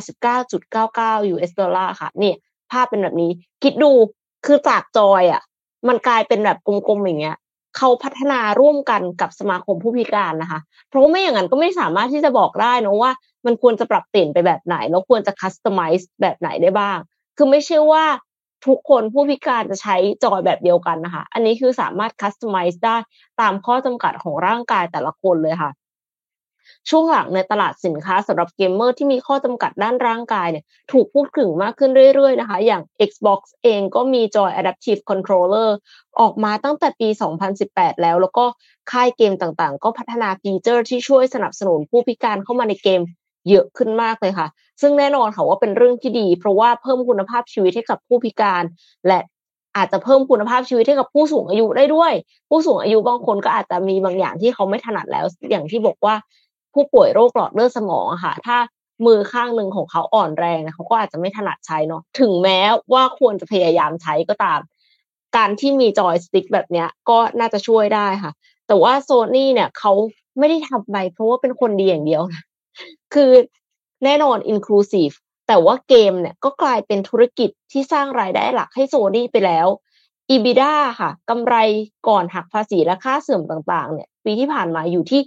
[SPEAKER 2] $89.99 US ดอลลาร์ค่ะเนี่ยภาพเป็นแบบนี้คิดดูคือจากจอยอ่ะมันกลายเป็นแบบกลมๆอย่างเงี้ยเขาพัฒนาร่วมกันกับสมาคมผู้พิการนะคะเพราะไม่อย่างนั้นก็ไม่สามารถที่จะบอกได้นะว่ามันควรจะปรับเปลี่ยนไปแบบไหนแล้วควรจะคัสตอมไมซ์แบบไหนได้บ้างคือไม่ใช่ว่าทุกคนผู้พิการจะใช้จอยแบบเดียวกันนะคะอันนี้คือสามารถคัสตอมไมซ์ได้ตามข้อจำกัดของร่างกายแต่ละคนเลยค่ะช่วงหลังในตลาดสินค้าสำหรับเกมเมอร์ที่มีข้อจำกัดด้านร่างกายเนี่ยถูกพูดถึงมากขึ้นเรื่อยๆนะคะอย่าง Xbox เองก็มี Joy Adaptive Controller ออกมาตั้งแต่ปี 2018 แล้วก็ค่ายเกมต่างๆก็พัฒนาฟีเจอร์ที่ช่วยสนับสนุนผู้พิการเข้ามาในเกมเยอะขึ้นมากเลยค่ะซึ่งแน่นอนค่ะว่าเป็นเรื่องที่ดีเพราะว่าเพิ่มคุณภาพชีวิตให้กับผู้พิการและอาจจะเพิ่มคุณภาพชีวิตให้กับผู้สูงอายุได้ด้วยผู้สูงอายุบางคนก็อาจจะมีบางอย่างที่เขาไม่ถนัดแล้วอย่างที่บอกว่าผู้ป่วยโรคหลอดเลือดสมองอะค่ะถ้ามือข้างหนึ่งของเขาอ่อนแรงเขาก็อาจจะไม่ถนัดใช้เนาะถึงแม้ว่าควรจะพยายามใช้ก็ตามการที่มีจอยสติ๊กแบบเนี้ยก็น่าจะช่วยได้ค่ะแต่ว่า Sony เนี่ยเขาไม่ได้ทำไปเพราะว่าเป็นคนดีอย่างเดียวนะคือแน่นอน inclusive แต่ว่าเกมเนี่ยก็กลายเป็นธุรกิจที่สร้างรายได้หลักให้ Sony ไปแล้ว EBITDA ค่ะกำไรก่อนหักภาษีและค่าเสื่อมต่างๆเนี่ยปีที่ผ่านมาอยู่ที่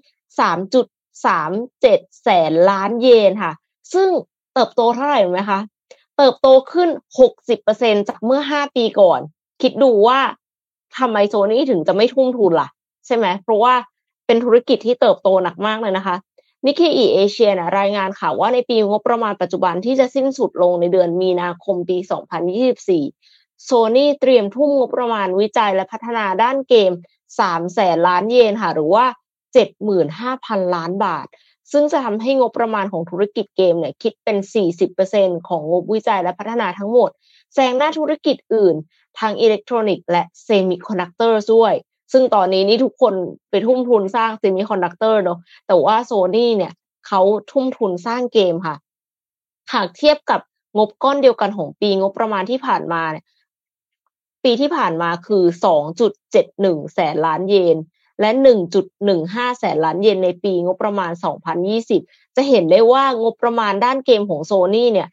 [SPEAKER 2] 3.37 แสนล้านเยนค่ะซึ่งเติบโตเท่าไหร่รู้ไหมคะเติบโตขึ้น 60% จากเมื่อ5ปีก่อนคิดดูว่าทำไม Sony ถึงจะไม่ทุ่มทุนล่ะใช่ไหมเพราะว่าเป็นธุรกิจที่เติบโตหนักมากเลยนะคะนิกเกอิเอเชียรายงานข่าวว่าในปีงบประมาณปัจจุบันที่จะสิ้นสุดลงในเดือนมีนาคมปี 2024 Sony เตรียมทุ่มงบประมาณวิจัยและพัฒนาด้านเกม 3 แสนล้านเยนค่ะหรือว่า 75,000 ล้านบาทซึ่งจะทำให้งบประมาณของธุรกิจเกมเนี่ยคิดเป็น 40% ของงบวิจัยและพัฒนาทั้งหมดแซงหน้าธุรกิจอื่นทั้งอิเล็กทรอนิกส์และเซมิคอนดักเตอร์ด้วยซึ่งตอนนี้นี่ทุกคนไปทุ่มทุนสร้างเซมิคอนดักเตอร์เนาะแต่ว่า Sony เนี่ยเขาทุ่มทุนสร้างเกมค่ะหากเทียบกับงบก้อนเดียวกันของปีงบประมาณที่ผ่านมาเนี่ยปีที่ผ่านมาคือ 2.71 แสนล้านเยนและ 1.15 แสนล้านเยนในปีงบประมาณ 2020 จะเห็นได้ว่างบประมาณด้านเกมของ Sony เนี่ย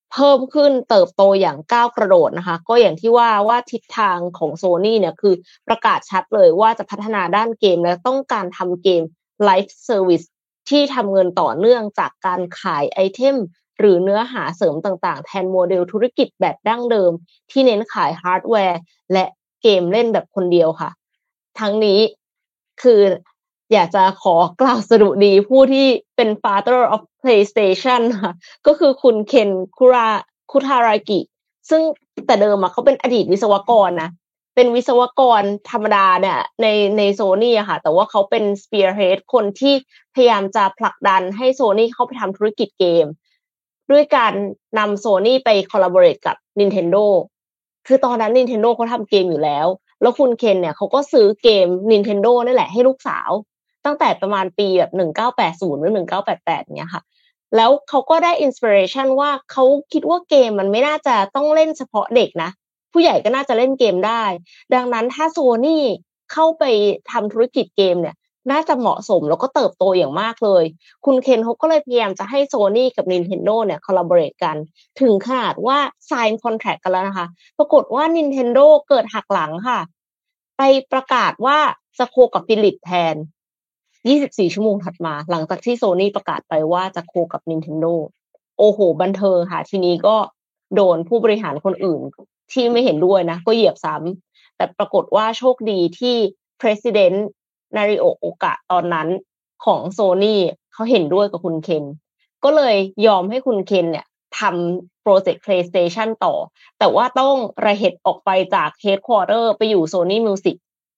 [SPEAKER 2] เพิ่มขึ้นเติบโตอย่างก้าวกระโดดนะคะก็อย่างที่ว่าทิศทางของ Sony เนี่ยคือประกาศชัดเลยว่าจะพัฒนาด้านเกมและต้องการทำเกม Live Service ที่ทำเงินต่อเนื่องจากการขายไอเทมหรือเนื้อหาเสริมต่างๆแทนโมเดลธุรกิจแบบดั้งเดิมที่เน้นขายฮาร์ดแวร์และเกมเล่นแบบคนเดียวค่ะทั้งนี้คืออยากจะขอกล่าวสดุดีผู้ที่เป็น Father of PlayStation ค่ะก็คือคุณเคนคุทารากิซึ่งแต่เดิมเขาเป็นอดีตวิศวกรนะเป็นวิศวกรธรรมดาเนี่ยใน Sony อะค่ะแต่ว่าเขาเป็น spearhead คนที่พยายามจะผลักดันให้ Sony เข้าไปทำธุรกิจเกมด้วยการนำ Sony ไป collaborate กับ Nintendo คือตอนนั้น Nintendo เขาทำเกมอยู่แล้วคุณเคนเนี่ยเขาก็ซื้อเกม Nintendo นี่แหละให้ลูกสาวตั้งแต่ประมาณปีแบบ1980หรือ1988เนี่ยค่ะแล้วเขาก็ได้อินสปิเรชันว่าเขาคิดว่าเกมมันไม่น่าจะต้องเล่นเฉพาะเด็กนะผู้ใหญ่ก็น่าจะเล่นเกมได้ดังนั้นถ้า Sony เข้าไปทำธุรกิจเกมเนี่ยน่าจะเหมาะสมแล้วก็เติบโตอย่างมากเลยคุณเคนเขาก็เลยพยายามจะให้ Sony กับ Nintendo เนี่ย collaborate กันถึงขนาดว่า sign contract กันแล้วนะคะปรากฏว่า Nintendo เกิดหักหลังค่ะไปประกาศว่าจะโคกับฟิลิปแทน24 ชั่วโมงถัดมาหลังจากที่ Sony ประกาศไปว่าจะโคกับ Nintendo โอ้โหบันเทิงค่ะทีนี้ก็โดนผู้บริหารคนอื่นที่ไม่เห็นด้วยนะก็เหยียบซ้ำแต่ปรากฏว่าโชคดีที่ President Nario Oka ตอนนั้นของ Sony เขาเห็นด้วยกับคุณเคนก็เลยยอมให้คุณเคนเนี่ยทำโปรเจกต์ PlayStation ต่อแต่ว่าต้องระเหตุออกไปจาก Headquarter ไปอยู่ Sony Music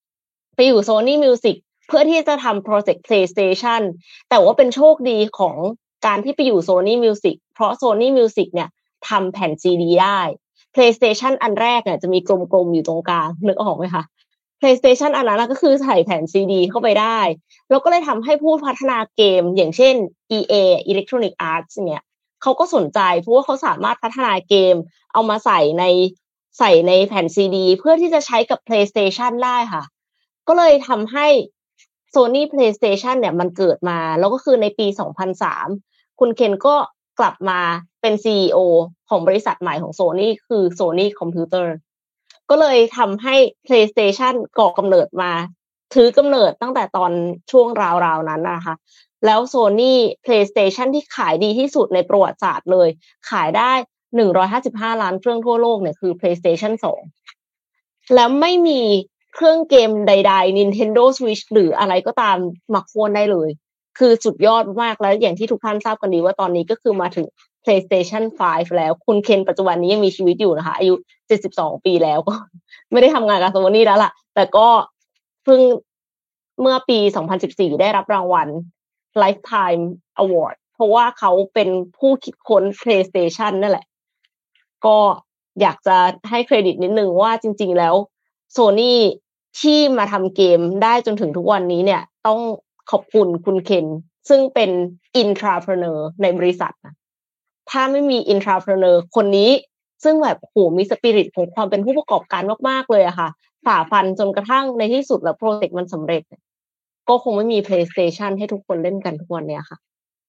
[SPEAKER 2] เพื่อที่จะทำโปรเจกต์ PlayStation แต่ว่าเป็นโชคดีของการที่ไปอยู่ Sony Music เพราะ Sony Music เนี่ยทำแผ่น CD ได้ PlayStation อันแรกเนี่ยจะมีกลมๆอยู่ตรงกลางนึกออกไหมคะ PlayStation อันนั้นก็คือใส่แผ่น CD เข้าไปได้แล้วก็เลยทำให้ผู้พัฒนาเกมอย่างเช่น EA Electronic Arts เนี่ยเขาก็สนใจเพราะว่าเขาสามารถพัฒนาเกมเอามาใส่ในแผ่น CD เพื่อที่จะใช้กับ PlayStation ได้ค่ะก็เลยทำให้ Sony PlayStation เนี่ยมันเกิดมาแล้วก็คือในปี 2003 คุณเคนก็กลับมาเป็น CEO ของบริษัทใหม่ของ Sony คือ Sony Computer ก็เลยทำให้ PlayStation ก่อกำเนิดมาถือกำเนิดตั้งแต่ตอนช่วงราวๆนั้นนะคะแล้ว Sony PlayStation ที่ขายดีที่สุดในประวัติศาสตร์เลยขายได้155ล้านเครื่องทั่วโลกเนี่ยคือ PlayStation 2แล้วไม่มีเครื่องเกมใดๆ Nintendo Switch หรืออะไรก็ตามมาโค่นได้เลยคือสุดยอดมากแล้วอย่างที่ทุกท่านทราบกันดีว่าตอนนี้ก็คือมาถึง PlayStation 5 แล้วคุณเคนปัจจุบันนี้ยังมีชีวิตอยู่นะคะอายุ72ปีแล้วก็ไม่ได้ทำงานกับ Sony แล้วล่ะแต่ก็เพิ่งเมื่อปี2014ได้รับรางวัล Lifetime Award เพราะว่าเขาเป็นผู้คิดค้น PlayStation นั่นแหละก็อยากจะให้เครดิตนิดนึงว่าจริงๆแล้ว Sony ที่มาทำเกมได้จนถึงทุกวันนี้เนี่ยต้องขอบคุณคุณเคนซึ่งเป็น intrapreneur ในบริษัทนะถ้าไม่มี intrapreneur คนนี้ซึ่งแบบโหมีสปิริตของความเป็นผู้ประกอบการมากๆเลยอะค่ะฝ่าฟันจนกระทั่งในที่สุดแล้วโปรเจกต์มันสำเร็จก็คงไม่มี PlayStation ให้ทุกคนเล่นกันทุกวันเนี้ยค่ะ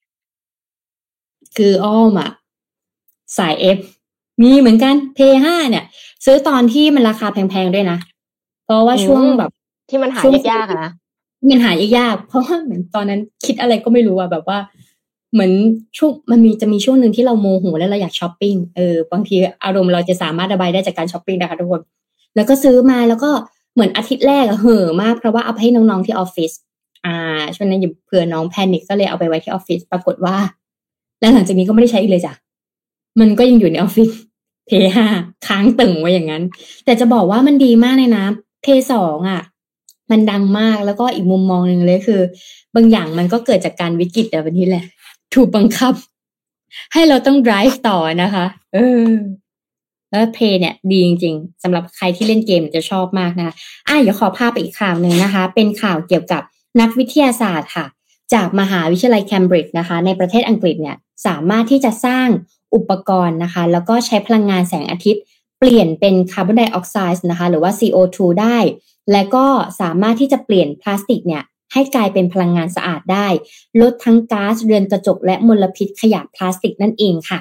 [SPEAKER 3] คืออ้อมอะสาย F มีเหมือนกัน P5 เนี่ยซื้อตอนที่มันราคาแพงๆด้วยนะเพราะว่าช่วงแบบ
[SPEAKER 2] ที่มันหายากๆนะ
[SPEAKER 3] มันหายากเพราะว่าเหมือนตอนนั้นคิดอะไรก็ไม่รู้อะแบบว่าเหมือนช่วงจะมีช่วงนึงที่เราโมโหแล้วเราอยากช้อปปิ้งบางทีอารมณ์เราจะสามารถระบายได้จากการช้อปปิ้งนะคะทุกคนแล้วก็ซื้อมาแล้วก็เหมือนอาทิตย์แรกเห่อมากเพราะว่าเอาไปให้น้องๆที่ออฟฟิศช่วงนั้นอยู่เผื่อน้องแพนิคก็เลยเอาไปไว้ที่ออฟฟิศปรากฏว่าแล้วหลังจากนี้ก็ไม่ได้ใช้อีกเลยจ้ะมันก็ยังอยู่ในออฟฟิศ P5 ค้างตึงไว้อย่างนั้นแต่จะบอกว่ามันดีมากเลยนะ P2 อ่ะมันดังมากแล้วก็อีกมุมมองนึงเลยคือบางอย่างมันก็เกิดจากการวิกฤตแบบนี้แหละถูกบังคับให้เราต้อง drive ต่อนะคะแล้วเพย์เนี่ยดีจริงๆสำหรับใครที่เล่นเกมจะชอบมากนะคะเดี๋ยวขอพาไปอีกข่าวนึงนะคะเป็นข่าวเกี่ยวกับนักวิทยาศาสตร์ค่ะจากมหาวิทยาลัยเคมบริดจ์นะคะในประเทศอังกฤษเนี่ยสามารถที่จะสร้างอุปกรณ์นะคะแล้วก็ใช้พลังงานแสงอาทิตย์เปลี่ยนเป็นคาร์บอนไดออกไซด์นะคะหรือว่า CO2 ได้และก็สามารถที่จะเปลี่ยนพลาสติกเนี่ยให้กลายเป็นพลังงานสะอาดได้ลดทั้งก๊าซเรือนกระจกและมลพิษขยะพลาสติกนั่นเองค่ะ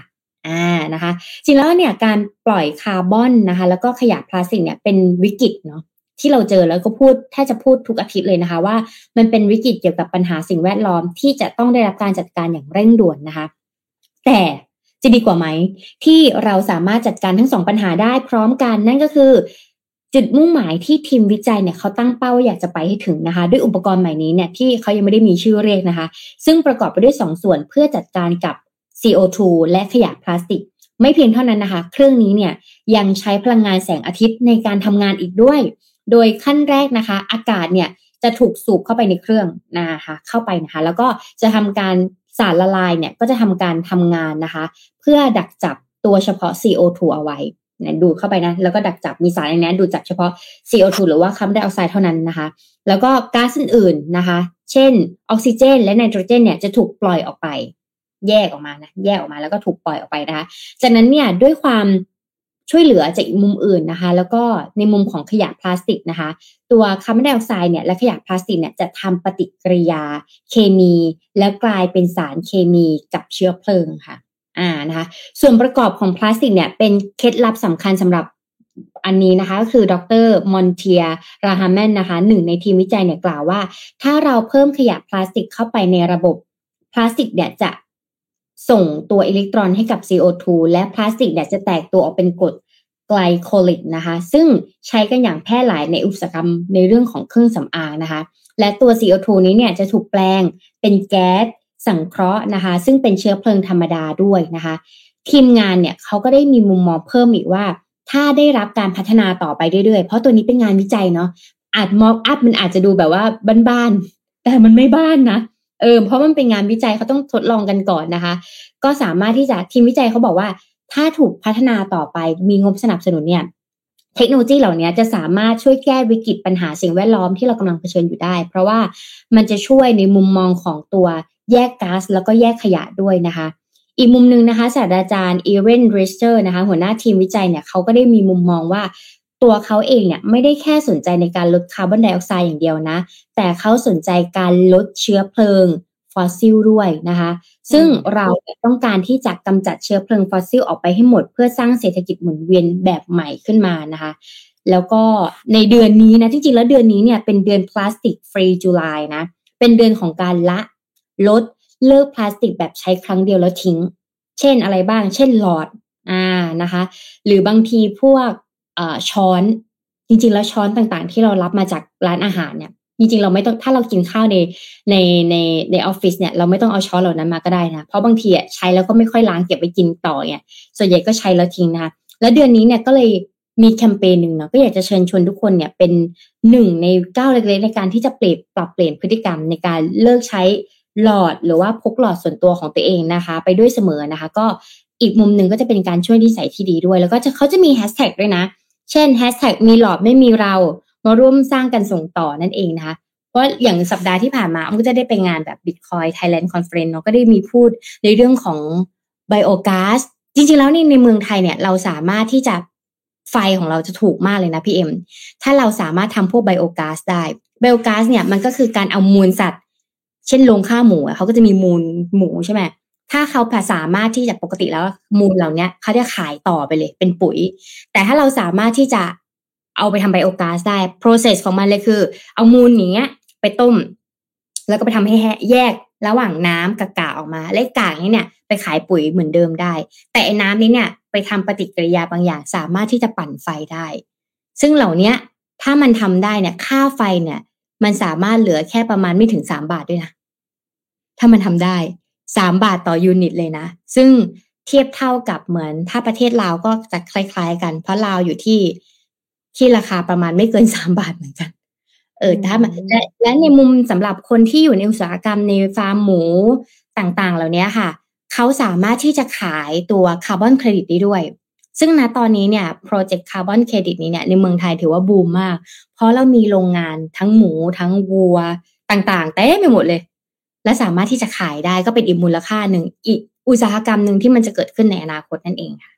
[SPEAKER 3] นะคะจริงแล้วเนี่ยการปล่อยคาร์บอนนะคะแล้วก็ขยะพลาสติกเนี่ยเป็นวิกฤตเนาะที่เราเจอแล้วก็แทบจะพูดทุกอาทิตย์เลยนะคะว่ามันเป็นวิกฤตเกี่ยวกับปัญหาสิ่งแวดล้อมที่จะต้องได้รับการจัดการอย่างเร่งด่วนนะคะแต่จะดีกว่าไหมที่เราสามารถจัดการทั้ง2ปัญหาได้พร้อมกันนั่นก็คือจุดมุ่งหมายที่ทีมวิจัยเนี่ยเขาตั้งเป้าอยากจะไปให้ถึงนะคะด้วยอุปกรณ์ใหม่นี้เนี่ยที่เขายังไม่ได้มีชื่อเรียกนะคะซึ่งประกอบไปด้วย2ส่วนเพื่อจัดการกับ CO2 และขยะพลาสติกไม่เพียงเท่านั้นนะคะเครื่องนี้เนี่ยยังใช้พลังงานแสงอาทิตย์ในการทำงานอีกด้วยโดยขั้นแรกนะคะอากาศเนี่ยจะถูกสูบเข้าไปในเครื่องนะคะเข้าไปนะคะแล้วก็จะทำการสารละลายเนี่ยก็จะทำการทำงานนะคะเพื่อดักจับตัวเฉพาะ CO2 เอาไว้ดูดเข้าไปนะแล้วก็ดักจับมีสารในนี้ดูดจับเฉพาะ CO2 หรือว่าคาร์บอนไดออกไซด์เท่านั้นนะคะแล้วก็ก๊าซอื่นๆนะคะเช่นออกซิเจนและไนโตรเจนเนี่ยจะถูกปล่อยออกไปแยกออกมาแล้วก็ถูกปล่อยออกไปนะคะจากนั้นเนี่ยด้วยความช่วยเหลือจากอีกมุมอื่นนะคะแล้วก็ในมุมของขยะพลาสติกนะคะตัวคาร์บอนไดออกไซด์เนี่ยและขยะพลาสติกเนี่ยจะทำปฏิกิริยาเคมีแล้วกลายเป็นสารเคมีกับเชื้อเพลิงค่ะนะคะส่วนประกอบของพลาสติกเนี่ยเป็นเคล็ดลับสำคัญสำหรับอันนี้นะคะก็คือดร.มอนเทียราฮาแมนนะคะหนึ่งในทีมวิจัยเนี่ยกล่าวว่าถ้าเราเพิ่มขยะพลาสติกเข้าไปในระบบพลาสติกเนี่ยจะส่งตัวอิเล็กตรอนให้กับ CO2 และพลาสติกเนี่ยจะแตกตัวออกเป็นกรดไกลโคลิกนะคะซึ่งใช้กันอย่างแพร่หลายในอุตสาหกรรมในเรื่องของเครื่องสำอางนะคะและตัว CO2 นี้เนี่ยจะถูกแปลงเป็นแก๊สสังเคราะห์นะคะซึ่งเป็นเชื้อเพลิงธรรมดาด้วยนะคะทีมงานเนี่ยเขาก็ได้มีมุมมองเพิ่มอีกว่าถ้าได้รับการพัฒนาต่อไปเรื่อยๆเพราะตัวนี้เป็นงานวิจัยเนาะอาจมอกอัพมันอาจจะดูแบบว่าบ้านๆแต่มันไม่บ้านนะเพราะมันเป็นงานวิจัยเขาต้องทดลองกันก่อนนะคะก็สามารถที่จะทีมวิจัยเขาบอกว่าถ้าถูกพัฒนาต่อไปมีงบสนับสนุนเนี่ยเทคโนโลยีเหล่านี้จะสามารถช่วยแก้วิกฤตปัญหาสิ่งแวดล้อมที่เรากำลังเผชิญอยู่ได้เพราะว่ามันจะช่วยในมุมมองของตัวแยกก๊าซแล้วก็แยกขยะด้วยนะคะอีกมุมนึงนะคะศาสตราจารย์อีเรนริชเตอร์นะคะหัวหน้าทีมวิจัยเนี่ยเขาก็ได้มีมุมมองว่าตัวเขาเองเนี่ยไม่ได้แค่สนใจในการลดคาร์บอนไดออกไซด์อย่างเดียวนะแต่เขาสนใจการลดเชื้อเพลิงฟอสซิลด้วยนะคะซึ่งเราต้องการที่จะกำจัดเชื้อเพลิงฟอสซิลออกไปให้หมดเพื่อสร้างเศรษฐกิจหมุนเวียนแบบใหม่ขึ้นมานะคะแล้วก็ในเดือนนี้นะจริงๆแล้วเดือนนี้เนี่ยเป็นเดือนพลาสติกฟรีจุลายนะเป็นเดือนของการลดเลิกพลาสติกแบบใช้ครั้งเดียวแล้วทิ้งเช่นอะไรบ้างเช่นหลอดนะคะหรือบางทีพวกช้อนจริงๆแล้วช้อนต่างๆที่เรารับมาจากร้านอาหารเนี่ยจริงๆเราไม่ต้องถ้าเรากินข้าวในออฟฟิศเนี่ยเราไม่ต้องเอาช้อนเหล่านั้นมาก็ได้นะเพราะบางทีใช้แล้วก็ไม่ค่อยล้างเก็บไปกินต่อเนี่ยส่วนใหญ่ก็ใช้แล้วทิ้งนะคะแล้วเดือนนี้เนี่ยก็เลยมีแคมเปญนึงเนาะก็อยากจะเชิญชวนทุกคนเนี่ยเป็น1ในก้าวเล็กๆในการที่จะปรับเปลี่ยนพฤติกรรมในการเลิกใช้หลอดหรือว่าพกหลอดส่วนตัวของตัวเองนะคะไปด้วยเสมอนะคะก็อีกมุมนึงก็จะเป็นการช่วยนิสัยที่ดีด้วยแล้วก็เขาจะมีแฮชแท็กด้วยนะเช่นแฮชแท็กมีหลอดไม่มีเรามาร่วมสร้างกันส่งต่อนั่นเองนะคะเพราะอย่างสัปดาห์ที่ผ่านมาก็จะได้ไปงานแบบ Bitcoin Thailand Conference เนาะก็ได้มีพูดในเรื่องของไบโอก๊าซจริงๆแล้วในเมืองไทยเนี่ยเราสามารถที่จะไฟของเราจะถูกมากเลยนะพี่เอ็มถ้าเราสามารถทำพวกไบโอก๊าซได้ไบโอก๊าซเนี่ยมันก็คือการเอามูลสัตว์เช่นโรงฆ่าหมูเขาก็จะมีมูลหมูใช่ไหมถ้าเขาสามารถที่จะปกติแล้วมูลเหล่านี้เขาจะขายต่อไปเลยเป็นปุ๋ยแต่ถ้าเราสามารถที่จะเอาไปทำไบโอก๊าซได้ process ของมันเลยคือเอามูลอย่างเงี้ยไปต้มแล้วก็ไปทำให้แยกระหว่างน้ำกับกากออกมาและกากนี้เนี่ยไปขายปุ๋ยเหมือนเดิมได้แต่ไอ้น้ำนี้เนี่ยไปทำปฏิกิริยาบางอย่างสามารถที่จะปั่นไฟได้ซึ่งเหล่านี้ถ้ามันทำได้เนี่ยค่าไฟเนี่ยมันสามารถเหลือแค่ประมาณไม่ถึง3 บาทด้วยนะถ้ามันทำได้3 บาทต่อยูนิตเลยนะซึ่งเทียบเท่ากับเหมือนถ้าประเทศลาวก็จะคล้ายๆกันเพราะลาวอยู่ที่ราคาประมาณไม่เกิน3 บาทเหมือนกันถ้ามันและในมุมสำหรับคนที่อยู่ในอุตสาหกรรมในฟาร์มหมูต่างๆเหล่านี้ค่ะเขาสามารถที่จะขายตัวคาร์บอนเครดิตได้ด้วยซึ่งณตอนนี้เนี่ยโปรเจกต์คาร์บอนเครดิตนี้เนี่ยในเมืองไทยถือว่าบูมมากเพราะเรามีโรงงานทั้งหมูทั้งวัวต่างๆเต็มไปหมดเลยและสามารถที่จะขายได้ก็เป็นอีกมูลค่าหนึ่งอีกอุตสาหกรรมหนึ่งที่มันจะเกิดขึ้นในอนาคตนั่นเองค่ะ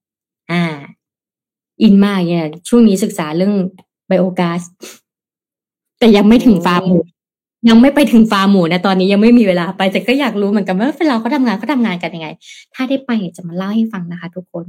[SPEAKER 3] อินมากเนี่ยช่วงนี้ศึกษาเรื่องไบโอก๊าซแต่ยังไม่ถึงฟาร์มหมูยังไม่ไปถึงฟาร์มหมูนะตอนนี้ยังไม่มีเวลาไปแต่ก็อยากรู้เหมือนกันว่าเวลาเขาทำงานกันยังไงถ้าได้ไปจะมาเล่าให้ฟังนะคะทุกคน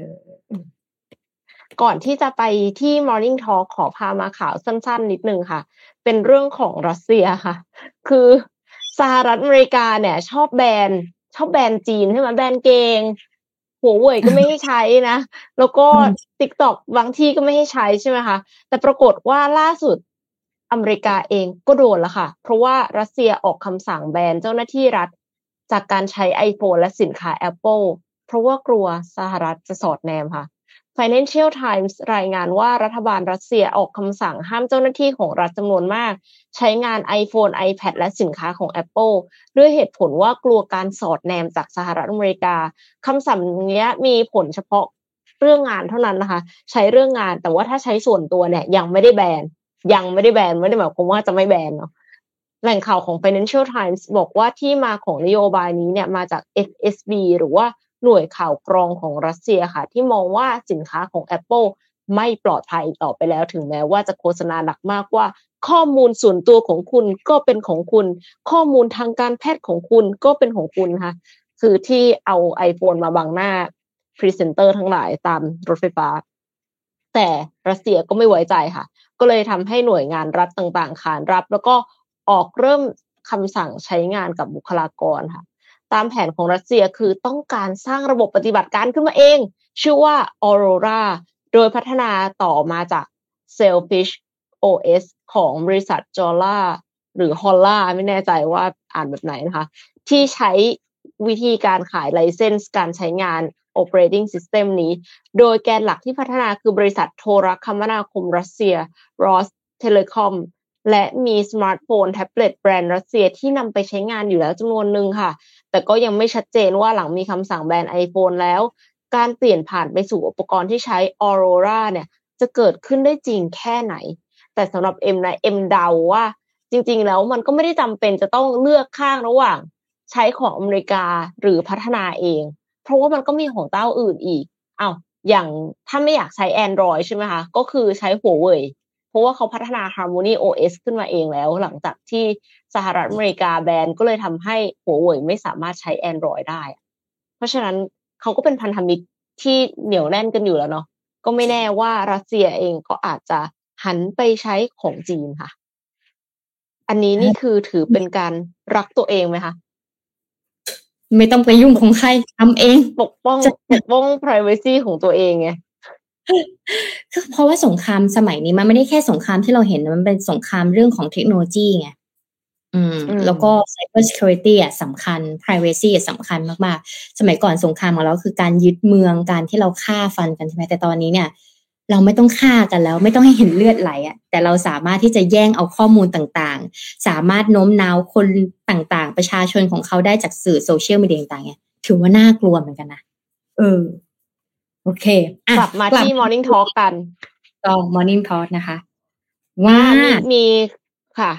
[SPEAKER 2] ก่อนที่จะไปที่ Morning Talk ขอพามาข่าวสั้นๆนิดนึงค่ะเป็นเรื่องของรัสเซียค่ะคือสหรัฐอเมริกาเนี่ยชอบแบนจีนใช่ไหมแบนเกงหัวเว่ยก็ไม่ให้ใช้นะแล้วก็ TikTok บางที่ก็ไม่ให้ใช้ใช่ไหมคะแต่ปรากฏว่าล่าสุดอเมริกาเองก็โดนแล้วค่ะเพราะว่ารัสเซียออกคำสั่งแบนเจ้าหน้าที่รัฐจากการใช้ iPhone และสินค้า Apple เพราะว่ากลัวสหรัฐจะสอดแนมค่ะFinancial Times รายงานว่ารัฐบาลรัสเซียออกคำสั่งห้ามเจ้าหน้าที่ของรัฐจำนวนมากใช้งาน iPhone, iPad และสินค้าของ Apple ด้วยเหตุผลว่ากลัวการสอดแนมจากสหรัฐอเมริกาคำสั่งนี้มีผลเฉพาะเรื่องงานเท่านั้นนะคะใช้เรื่องงานแต่ว่าถ้าใช้ส่วนตัวเนี่ยยังไม่ได้แบนไม่ได้หมายความว่าจะไม่แบนเนาะแหล่งข่าวของ Financial Times บอกว่าที่มาของนโยบายนี้เนี่ยมาจาก FSB หรือว่าหน่วยข่าวกรองของรัสเซียค่ะที่มองว่าสินค้าของ Apple ไม่ปลอดภัยต่อไปแล้วถึงแม้ว่าจะโฆษณาหนักมากว่าข้อมูลส่วนตัวของคุณก็เป็นของคุณข้อมูลทางการแพทย์ของคุณก็เป็นของคุณค่ะคือที่เอา iPhone มาบังหน้าพรีเซนเตอร์ทั้งหลายตามรถไฟฟ้าแต่รัสเซียก็ไม่ไว้ใจค่ะก็เลยทำให้หน่วยงานรัฐต่างๆขานรับแล้วก็ออกเริ่มคำสั่งใช้งานกับบุคลากรค่ะตามแผนของรัสเซียคือต้องการสร้างระบบปฏิบัติการขึ้นมาเองชื่อว่า Aurora โดยพัฒนาต่อมาจาก Selfish OS ของบริษัท Jolla หรือ Holla ไม่แน่ใจว่าอ่านแบบไหนนะคะที่ใช้วิธีการขายไลเซนส์การใช้งาน Operating System นี้โดยแกนหลักที่พัฒนาคือบริษัทโทรคมนาคมรัสเซีย Rostelecom และมีสมาร์ทโฟนแท็บเล็ตแบรนด์รัสเซียที่นำไปใช้งานอยู่แล้วจำนวนหนึ่งค่ะแต่ก็ยังไม่ชัดเจนว่าหลังมีคำสั่งแบน iPhone แล้วการเปลี่ยนผ่านไปสู่อุปกรณ์ที่ใช้ Aurora เนี่ยจะเกิดขึ้นได้จริงแค่ไหนแต่สำหรับเอ็มเดาว่าจริงๆแล้วมันก็ไม่ได้จำเป็นจะต้องเลือกข้างระหว่างใช้ของอเมริกาหรือพัฒนาเองเพราะว่ามันก็มีของเจ้าอื่นอีกอย่างถ้าไม่อยากใช้ Android ใช่ไหมคะก็คือใช้หัวเว่ยเพราะว่าเขาพัฒนา Harmony OS ขึ้นมาเองแล้วหลังจากที่สหรัฐอเมริกาแบนก็เลยทำให้หัวเว่ยไม่สามารถใช้ Android ได้เพราะฉะนั้นเขาก็เป็นพันธมิตรที่เหนียวแน่นกันอยู่แล้วเนาะก็ไม่แน่ว่ารัสเซียเองก็อาจจะหันไปใช้ของจีนค่ะอันนี้นี่คือถือเป็นการรักตัวเองไหมคะ
[SPEAKER 3] ไม่ต้องไปยุ่งของใครทำเอง
[SPEAKER 2] ปกป้อง privacy ของตัวเองไง
[SPEAKER 3] เพราะว่าสงครามสมัยนี้มันไม่ได้แค่สงครามที่เราเห็นมันเป็นสงครามเรื่องของเทคโนโลยีไงแล้วก็ cyber security สำคัญ privacy สำคัญมากๆสมัยก่อนสงครามของเราคือการยึดเมืองการที่เราฆ่าฟันกันใช่ไหมแต่ตอนนี้เนี่ยเราไม่ต้องฆ่ากันแล้วไม่ต้องให้เห็นเลือดไหลแต่เราสามารถที่จะแย่งเอาข้อมูลต่างๆสามารถโน้มน้าวคนต่างๆประชาชนของเขาได้จากสื่อโซเชียลมีเดียต่างๆเนี่ยถือว่าน่ากลัวเหมือนกันนะโอเค
[SPEAKER 2] กลับมาที่ Morning Talk กัน
[SPEAKER 3] ก็ Morning Talk นะคะว่า
[SPEAKER 2] มีค่ะ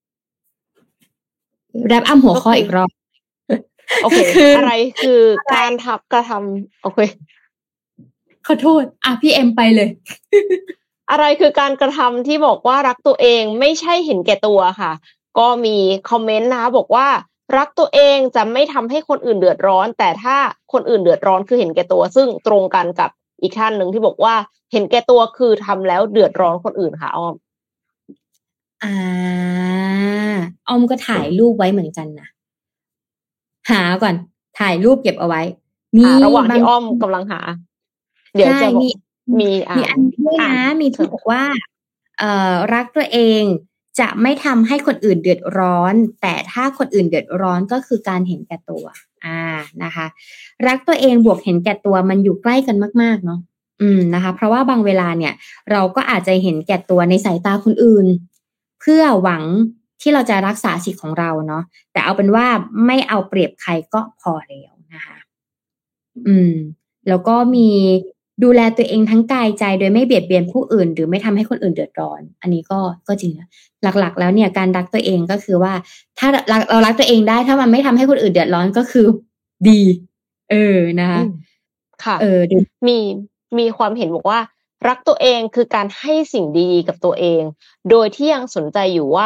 [SPEAKER 3] แรปอัพหัวข้ออีกรอบ
[SPEAKER 2] โอเคอะไรคือการกระทำโอเค
[SPEAKER 3] ขอโทษพี่เอ็มไปเลย
[SPEAKER 2] อะไรคือการกระทำที่บอกว่ารักตัวเองไม่ใช่เห็นแก่ตัวค่ะก็มีคอมเมนต์นะคะบอกว่ารักตัวเองจะไม่ทำให้คนอื่นเดือดร้อนแต่ถ้าคนอื่นเดือดร้อนคือเห็นแก่ตัวซึ่งตรงกันกับอีกท่านหนึ่งที่บอกว่าเห็นแก่ตัวคือทำแล้วเดือดร้อนคนอื่นค่ะอ้อม
[SPEAKER 3] อ้อมก็ถ่ายรูปไว้เหมือนกันนะหาก่อนถ่ายรูปเก็บเอาไว้
[SPEAKER 2] มีระหว่างที่อ้อมกำลังหาเดี๋ยวจะมี
[SPEAKER 3] อันด้วยนะมีที่บอกว่ารักตัวเองจะไม่ทำให้คนอื่นเดือดร้อนแต่ถ้าคนอื่นเดือดร้อนก็คือการเห็นแก่ตัวนะคะรักตัวเองบวกเห็นแก่ตัวมันอยู่ใกล้กันมากๆเนาะนะคะเพราะว่าบางเวลาเนี่ยเราก็อาจจะเห็นแก่ตัวในสายตาคนอื่นเพื่อหวังที่เราจะรักษาสิทธิ์ของเราเนาะแต่เอาเป็นว่าไม่เอาเปรียบใครก็พอแล้วนะคะแล้วก็มีดูแลตัวเองทั้งกายใจโดยไม่เบียดเบียนผู้อื่นหรือไม่ทำให้คนอื่นเดือดร้อนอันนี้ก็จริงนะหลักๆแล้วเนี่ยการรักตัวเองก็คือว่าถ้าเรารักตัวเองได้ถ้ามันไม่ทำให้คนอื่นเดือดร้อนก็คือดีนะคะ
[SPEAKER 2] ค่ะมีความเห็นบอกว่ารักตัวเองคือการให้สิ่งดีๆกับตัวเองโดยที่ยังสนใจอยู่ว่า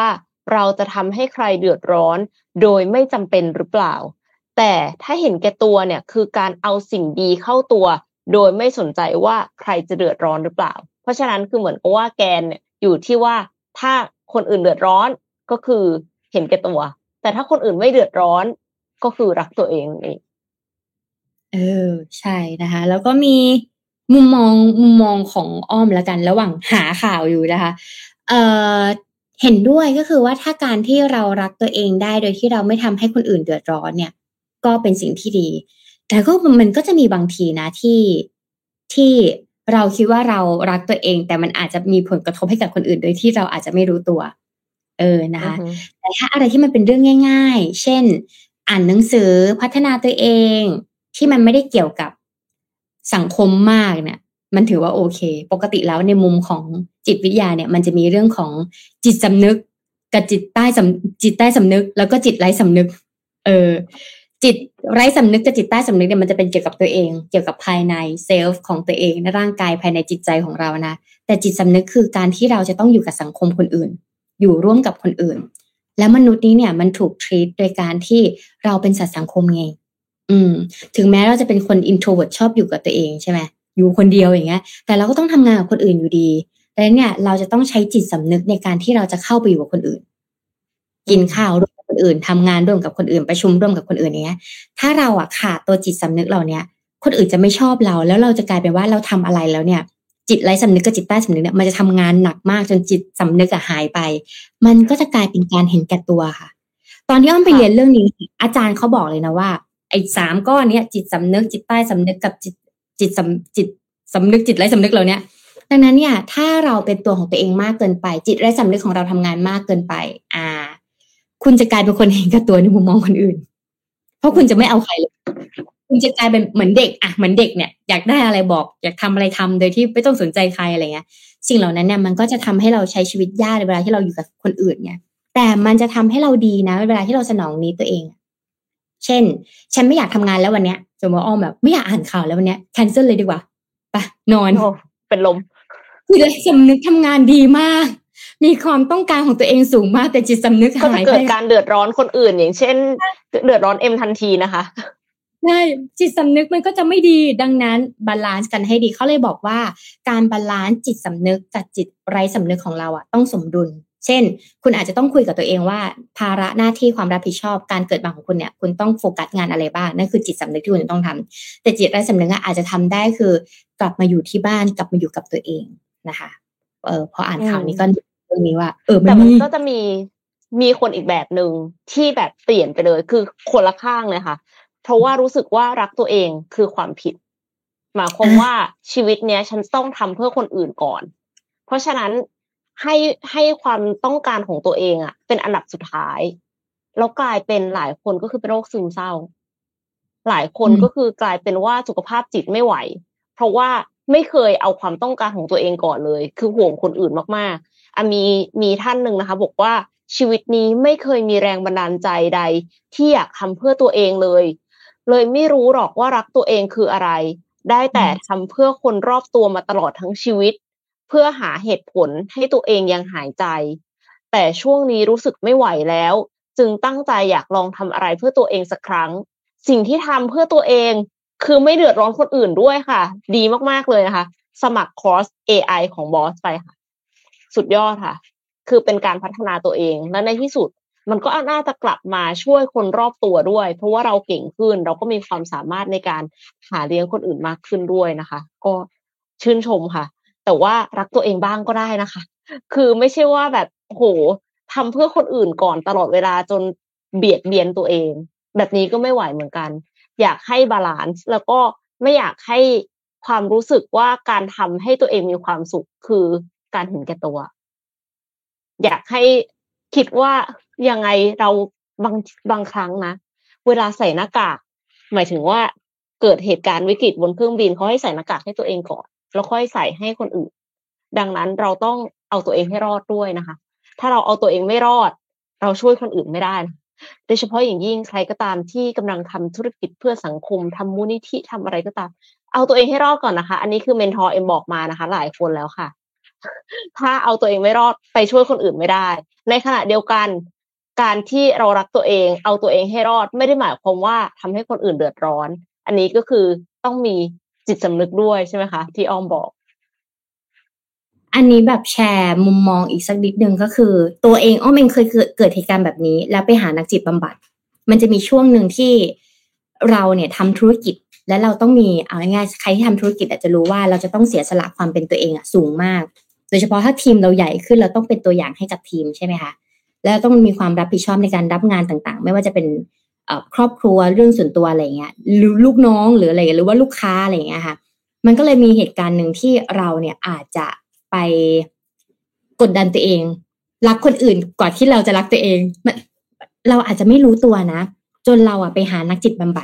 [SPEAKER 2] เราจะทำให้ใครเดือดร้อนโดยไม่จำเป็นหรือเปล่าแต่ถ้าเห็นแก่ตัวเนี่ยคือการเอาสิ่งดีเข้าตัวโดยไม่สนใจว่าใครจะเดือดร้อนหรือเปล่าเพราะฉะนั้นคือเหมือนกับว่าแกนเนี่ยอยู่ที่ว่าถ้าคนอื่นเดือดร้อนก็คือเห็นแก่ตัวแต่ถ้าคนอื่นไม่เดือดร้อนก็คือรักตัวเองเอง
[SPEAKER 3] ใช่นะคะแล้วก็มีมุมมองของอ้อมละกันระหว่างหาข่าวอยู่นะคะเห็นด้วยก็คือว่าถ้าการที่เรารักตัวเองได้โดยที่เราไม่ทำให้คนอื่นเดือดร้อนเนี่ยก็เป็นสิ่งที่ดีแต่ก็มันก็จะมีบางทีนะที่เราคิดว่าเรารักตัวเองแต่มันอาจจะมีผลกระทบให้กับคนอื่นโดยที่เราอาจจะไม่รู้ตัวนะคะแต่ถ้าอะไรที่มันเป็นเรื่องง่ายๆเช่นอ่านหนังสือพัฒนาตัวเองที่มันไม่ได้เกี่ยวกับสังคมมากเนี่ยมันถือว่าโอเคปกติแล้วในมุมของจิตวิทยาเนี่ยมันจะมีเรื่องของจิตสำนึกกับจิตใต้สำนึกแล้วก็จิตไร้สำนึกจิตไร้สำนึกกับจิตใต้สำนึกเนี่ยมันจะเป็นเกี่ยวกับตัวเองเกี่ยวกับภายในเซลฟ์ของตัวเองในร่างกายภายในจิตใจของเรานะแต่จิตสำนึกคือการที่เราจะต้องอยู่กับสังคมคนอื่นอยู่ร่วมกับคนอื่นแล้วมนุษย์นี้เนี่ยมันถูกทรีตโดยการที่เราเป็นสัตว์สังคมไงถึงแม้เราจะเป็นคน introvert ชอบอยู่กับตัวเองใช่ไหมอยู่คนเดียวอย่างเงี้ยแต่เราก็ต้องทำงานกับคนอื่นอยู่ดีดังนั้นเนี่ยเราจะต้องใช้จิตสำนึกในการที่เราจะเข้าไปอยู่กับคนอื่นกินข้าวร่วมกับคนอื่นทำงานร่วมกับคนอื่นประชุมร่วมกับคนอื่นอย่างเงี้ยถ้าเราขาดตัวจิตสำนึกเราเนี่ยคนอื่นจะไม่ชอบเราแล้วเราจะกลายเป็นว่าเราทำอะไรแล้วเนี่ยจิตไร้สำนึกกับจิตใต้สำนึกเนี่ยมันจะทำงานหนักมากจนจิตสำนึกหายไปมันก็จะกลายเป็นการเห็นแก่ตัวค่ะตอนที่อ้อมไปเรียนเรื่องนี้อาจารย์เขาบอกเลยนะว่าไอ้3ก้อนเนี้ยจิตสำนึกจิตใต้สำนึกกับจิตสำนึกจิตไร้สำนึกเราเนี้ยดังนั้นเนี่ยถ้าเราเป็นตัวของตัวเองมากเกินไปจิตไร้สำนึกของเราทำงานมากเกินไปคุณจะกลายเป็นคนเห็นแก่ตัวในมุมมองคนอื่นเพราะคุณจะไม่เอาใครเลยคุณจะกลายเป็นเหมือนเด็กเหมือนเด็กเนี่ยอยากได้อะไรบอกอยากทำอะไรทำโดยที่ไม่ต้องสนใจใครอะไรเงี้ยสิ่งเหล่านั้นเนี่ยมันก็จะทำให้เราใช้ชีวิตยากในเวลาที่เราอยู่กับคนอื่นเนี่ยแต่มันจะทำให้เราดีนะเวลาที่เราสนองนี้ตัวเองเช่นฉันไม่อยากทำงานแล้ววันเนี้ยสมมติอ้อมแบบไม่อยากอ่านข่าวแล้ววันเนี้ยแคนเซิลเลยดีกว่าไปนอน
[SPEAKER 2] เป็นลม
[SPEAKER 3] คือเลยสำนึกทำงานดีมากมีความต้องการของตัวเองสูงมากแต่จิตสำนึกหายไป
[SPEAKER 2] ก็จะเกิดการเดือดร้อนคนอื่นอย่างเช่นเดือดร้อนทันทีนะคะ
[SPEAKER 3] ใช่จิตสำนึกมันก็จะไม่ดีดังนั้นบาลานซ์กันให้ดีเขาเลยบอกว่าการบาลานซ์จิตสำนึกกับจิตไร้สำนึกของเราต้องสมดุลเช่นคุณอาจจะต้องคุยกับตัวเองว่าภาระหน้าที่ความรับผิดชอบการเกิดมาของคุณเนี่ยคุณต้องโฟกัสงานอะไรบ้างนั่นคือจิตสำนึกที่คุณต้องทำแต่จิตไร้สำนึกอาจจะทำได้คือกลับมาอยู่ที่บ้านกลับมาอยู่กับตัวเองนะคะพออ่านข่าวนี้ก็เรื่องนี้ว่า
[SPEAKER 2] แต่มันก็จะมีคนอีกแบบนึงที่แบบเปลี่ยนไปเลยคือคนละข้างเลยค่ะเพราะว่ารู้สึกว่ารักตัวเองคือความผิดหมายความว่าชีวิตเนี้ยฉันต้องทำเพื่อคนอื่นก่อนเพราะฉะนั้นให้ความต้องการของตัวเองเป็นอันดับสุดท้ายแล้วกลายเป็นหลายคนก็คือเป็นโรคซึมเศร้าหลายคนก็คือกลายเป็นว่าสุขภาพจิตไม่ไหวเพราะว่าไม่เคยเอาความต้องการของตัวเองก่อนเลยคือห่วงคนอื่นมากๆมีท่านหนึ่งนะคะบอกว่าชีวิตนี้ไม่เคยมีแรงบันดาลใจใดที่อยากทำเพื่อตัวเองเลยไม่รู้หรอกว่ารักตัวเองคืออะไรได้แต่ทำเพื่อคนรอบตัวมาตลอดทั้งชีวิตเพื่อหาเหตุผลให้ตัวเองยังหายใจแต่ช่วงนี้รู้สึกไม่ไหวแล้วจึงตั้งใจอยากลองทำอะไรเพื่อตัวเองสักครั้งสิ่งที่ทำเพื่อตัวเองคือไม่เดือดร้อนคนอื่นด้วยค่ะดีมากๆเลยนะคะสมัครคอร์ส AI ของบอสไปค่ะสุดยอดค่ะคือเป็นการพัฒนาตัวเองและในที่สุดมันก็น่าจะกลับมาช่วยคนรอบตัวด้วยเพราะว่าเราเก่งขึ้นเราก็มีความสามารถในการหาเลี้ยงคนอื่นมากขึ้นด้วยนะคะก็ชื่นชมค่ะแต่ว่ารักตัวเองบ้างก็ได้นะคะคือไม่ใช่ว่าแบบโหทำเพื่อคนอื่นก่อนตลอดเวลาจนเบียดเบียนตัวเองแบบนี้ก็ไม่ไหวเหมือนกันอยากให้บาลานซ์แล้วก็ไม่อยากให้ความรู้สึกว่าการทำให้ตัวเองมีความสุขคือการเห็นแก่ตัวอยากให้คิดว่ายังไงเราบางครั้งนะเวลาใส่หน้ากากหมายถึงว่าเกิดเหตุการณ์วิกฤตบนเครื่องบินเขาให้ใส่หน้ากากให้ตัวเองก่อนแล้วค่อยใส่ให้คนอื่นดังนั้นเราต้องเอาตัวเองให้รอดด้วยนะคะถ้าเราเอาตัวเองไม่รอดเราช่วยคนอื่นไม่ได้โดยเฉพาะอย่างยิ่งใครก็ตามที่กำลังทำธุรกิจเพื่อสังคมทำมูลนิธิทำอะไรก็ตามเอาตัวเองให้รอดก่อนนะคะอันนี้คือเมนทอร์เอ็มบอกมานะคะหลายคนแล้วค่ะถ้าเอาตัวเองไม่รอดไปช่วยคนอื่นไม่ได้ในขณะเดียวกันการที่เรารักตัวเองเอาตัวเองให้รอดไม่ได้หมายความว่าทำให้คนอื่นเดือดร้อนอันนี้ก็คือต้องมีจิตสำนึกด้วยใช่ไหมคะที่อ้อมบอก
[SPEAKER 3] อันนี้แบบแชร์มุมมองอีกสักนิดนึงก็คือตัวเองอ้อมเองเคยเกิดเหตุการณ์แบบนี้แล้วไปหานักจิตบำบัดมันจะมีช่วงหนึ่งที่เราเนี่ยทำธุรกิจและเราต้องมีเอาง่ายๆใครที่ทำธุรกิจอาจจะรู้ว่าเราจะต้องเสียสละความเป็นตัวเองสูงมากโดยเฉพาะถ้าทีมเราใหญ่ขึ้นเราต้องเป็นตัวอย่างให้กับทีมใช่ไหมคะแล้วต้องมีความรับผิดชอบในการรับงานต่างๆไม่ว่าจะเป็นครอบครัวเรื่องส่วนตัวอะไรเงี้ยหรือลูกน้องหรืออะไรหรือว่าลูกค้าอะไรเงี้ยค่ะมันก็เลยมีเหตุการณ์หนึ่งที่เราเนี่ยอาจจะไปกดดันตัวเองรักคนอื่นก่อนที่เราจะรักตัวเองเราอาจจะไม่รู้ตัวนะจนเราไปหานักจิตบำบัด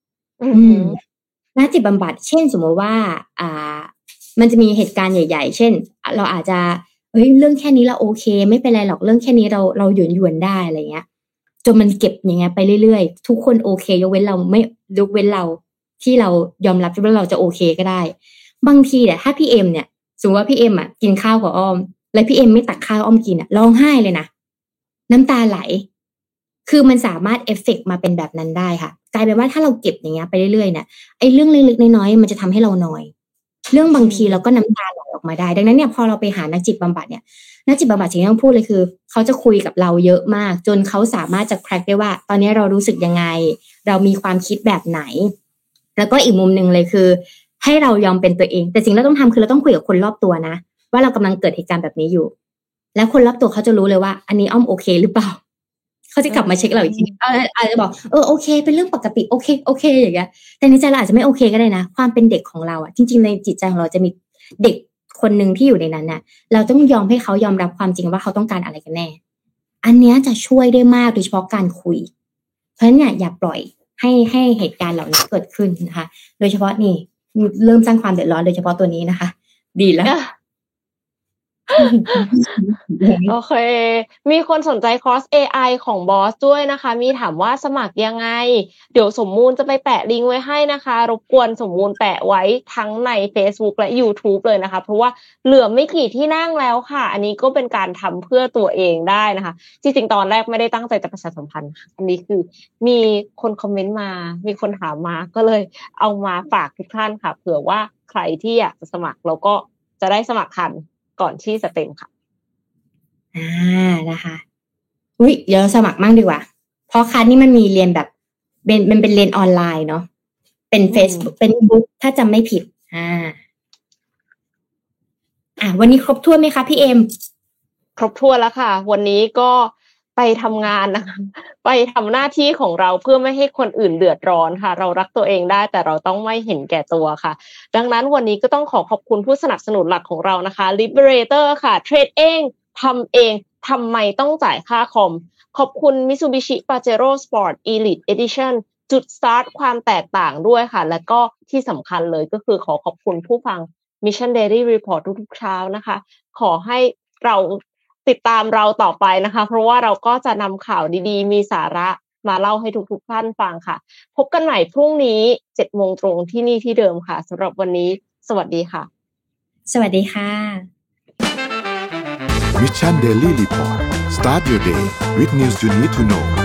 [SPEAKER 3] นักจิตบำบัดเช่นสมมติว่ามันจะมีเหตุการณ์ใหญ่ๆเช่นเราอาจจะเรื่องแค่นี้เราโอเคไม่เป็นไรหรอกเรื่องแค่นี้เราหยวนได้อะไรเงี้ยจนมันเก็บอย่างเงี้ยไปเรื่อยๆทุกคนโอเคยกเว้นเราไม่ยกเว้นเราที่เรายอมรับว่าเราจะโอเคก็ได้บางทีเนี่ยถ้าพี่เอ็มเนี่ยสมมติว่าพี่เอ็มกินข้าวกับอ้อมแล้วพี่เอ็มไม่ตักข้าวอ้อมกินร้องไห้เลยนะน้ำตาไหลคือมันสามารถเอฟเฟกต์มาเป็นแบบนั้นได้ค่ะกลายเป็นว่าถ้าเราเก็บอย่างเงี้ยไปเรื่อยๆเนี่ยไอ้เรื่องเล็กๆน้อยๆมันจะทำให้เรานอยเรื่องบางทีเราก็น้ำตาไหลออกมาได้ดังนั้นเนี่ยพอเราไปหานักจิตบำบัดเนี่ยนักจิตบำบัดสิ่งที่ต้องพูดเลยคือเขาจะคุยกับเราเยอะมากจนเขาสามารถจะแคร็กได้ว่าตอนนี้เรารู้สึกยังไงเรามีความคิดแบบไหนแล้วก็อีกมุมนึงเลยคือให้เรายอมเป็นตัวเองแต่สิ่งที่เราต้องทำคือเราต้องคุยกับคนรอบตัวนะว่าเรากำลังเกิดเหตุการณ์แบบนี้อยู่แล้วคนรอบตัวเขาจะรู้เลยว่าอันนี้อ้อมโอเคหรือเปล่าเขาจะกลับมาเช็คเราอีกทีอาจจะบอกโอเคเป็นเรื่องปกติโอเคอย่างเงี้ยแต่ในใจเราอาจจะไม่โอเคก็ได้นะความเป็นเด็กของเราจริงๆในจิตใจของเราจะมีเด็กคนนึงที่อยู่ในนั้นน่ะเราต้องยอมให้เขายอมรับความจริงว่าเขาต้องการอะไรกันแน่อันนี้จะช่วยได้มากโดยเฉพาะการคุยเพราะฉะนั้นเนี่ยอย่าปล่อยให้เหตุการณ์เหล่านี้เกิดขึ้นนะคะโดยเฉพาะนี่เริ่มสร้างความเดือดร้อนโดยเฉพาะตัวนี้นะคะดีแล้ว
[SPEAKER 2] โอเคมีคนสนใจคอร์ส AI ของบอสด้วยนะคะมีถามว่าสมัครยังไงเดี๋ยวสมมูลจะไปแปะลิงก์ไว้ให้นะคะรบกวนสมมูลแปะไว้ทั้งใน Facebook และ YouTube เลยนะคะเพราะว่าเหลือไม่กี่ที่นั่งแล้วค่ะอันนี้ก็เป็นการทำเพื่อตัวเองได้นะคะจริงๆตอนแรกไม่ได้ตั้งใจจะประชาสัมพันธ์อันนี้คือมีคนคอมเมนต์มามีคนถามมาก็เลยเอามาฝากทุกท่านค่ะเผื่อว่าใครที่อยากจะสมัครแล้วก็จะได้สมัครทันก่อนที่จะเต็มค่ะ
[SPEAKER 3] นะคะเดี๋ยวสมัครมั่งดีกว่าเพราะคันนี้มันมีเรียนแบบมันเป็นเรียนออนไลน์เนาะเป็น Facebook เป็นบุ๊กถ้าจำไม่ผิดวันนี้ครบถ้วนไหมคะพี่เอ็ม
[SPEAKER 2] ครบถ้วนแล้วค่ะวันนี้ก็ไปทำงานนะคะไปทำหน้าที่ของเราเพื่อไม่ให้คนอื่นเดือดร้อนค่ะเรารักตัวเองได้แต่เราต้องไม่เห็นแก่ตัวค่ะดังนั้นวันนี้ก็ต้องขอบคุณผู้สนับสนุนหลักของเรานะคะ Liberator ค่ะเทรดเองทำเองทำไมต้องจ่ายค่าคอมขอบคุณ Mitsubishi Pajero Sport Elite Edition จุดสตาร์ทความแตกต่างด้วยค่ะและก็ที่สำคัญเลยก็คือขอบคุณผู้ฟัง Mission Daily Report ทุกๆเช้านะคะขอให้เราติดตามเราต่อไปนะคะเพราะว่าเราก็จะนำข่าวดีๆมีสาระมาเล่าให้ทุกท่านฟังค่ะพบกันใหม่พรุ่งนี้ 7:00 นตรงที่นี่ที่เดิมค่ะสำหรับวันนี้สวัสดีค่ะ
[SPEAKER 3] สวัสดีค่ะ
[SPEAKER 1] Mission Daily Report Start your day with news you need to know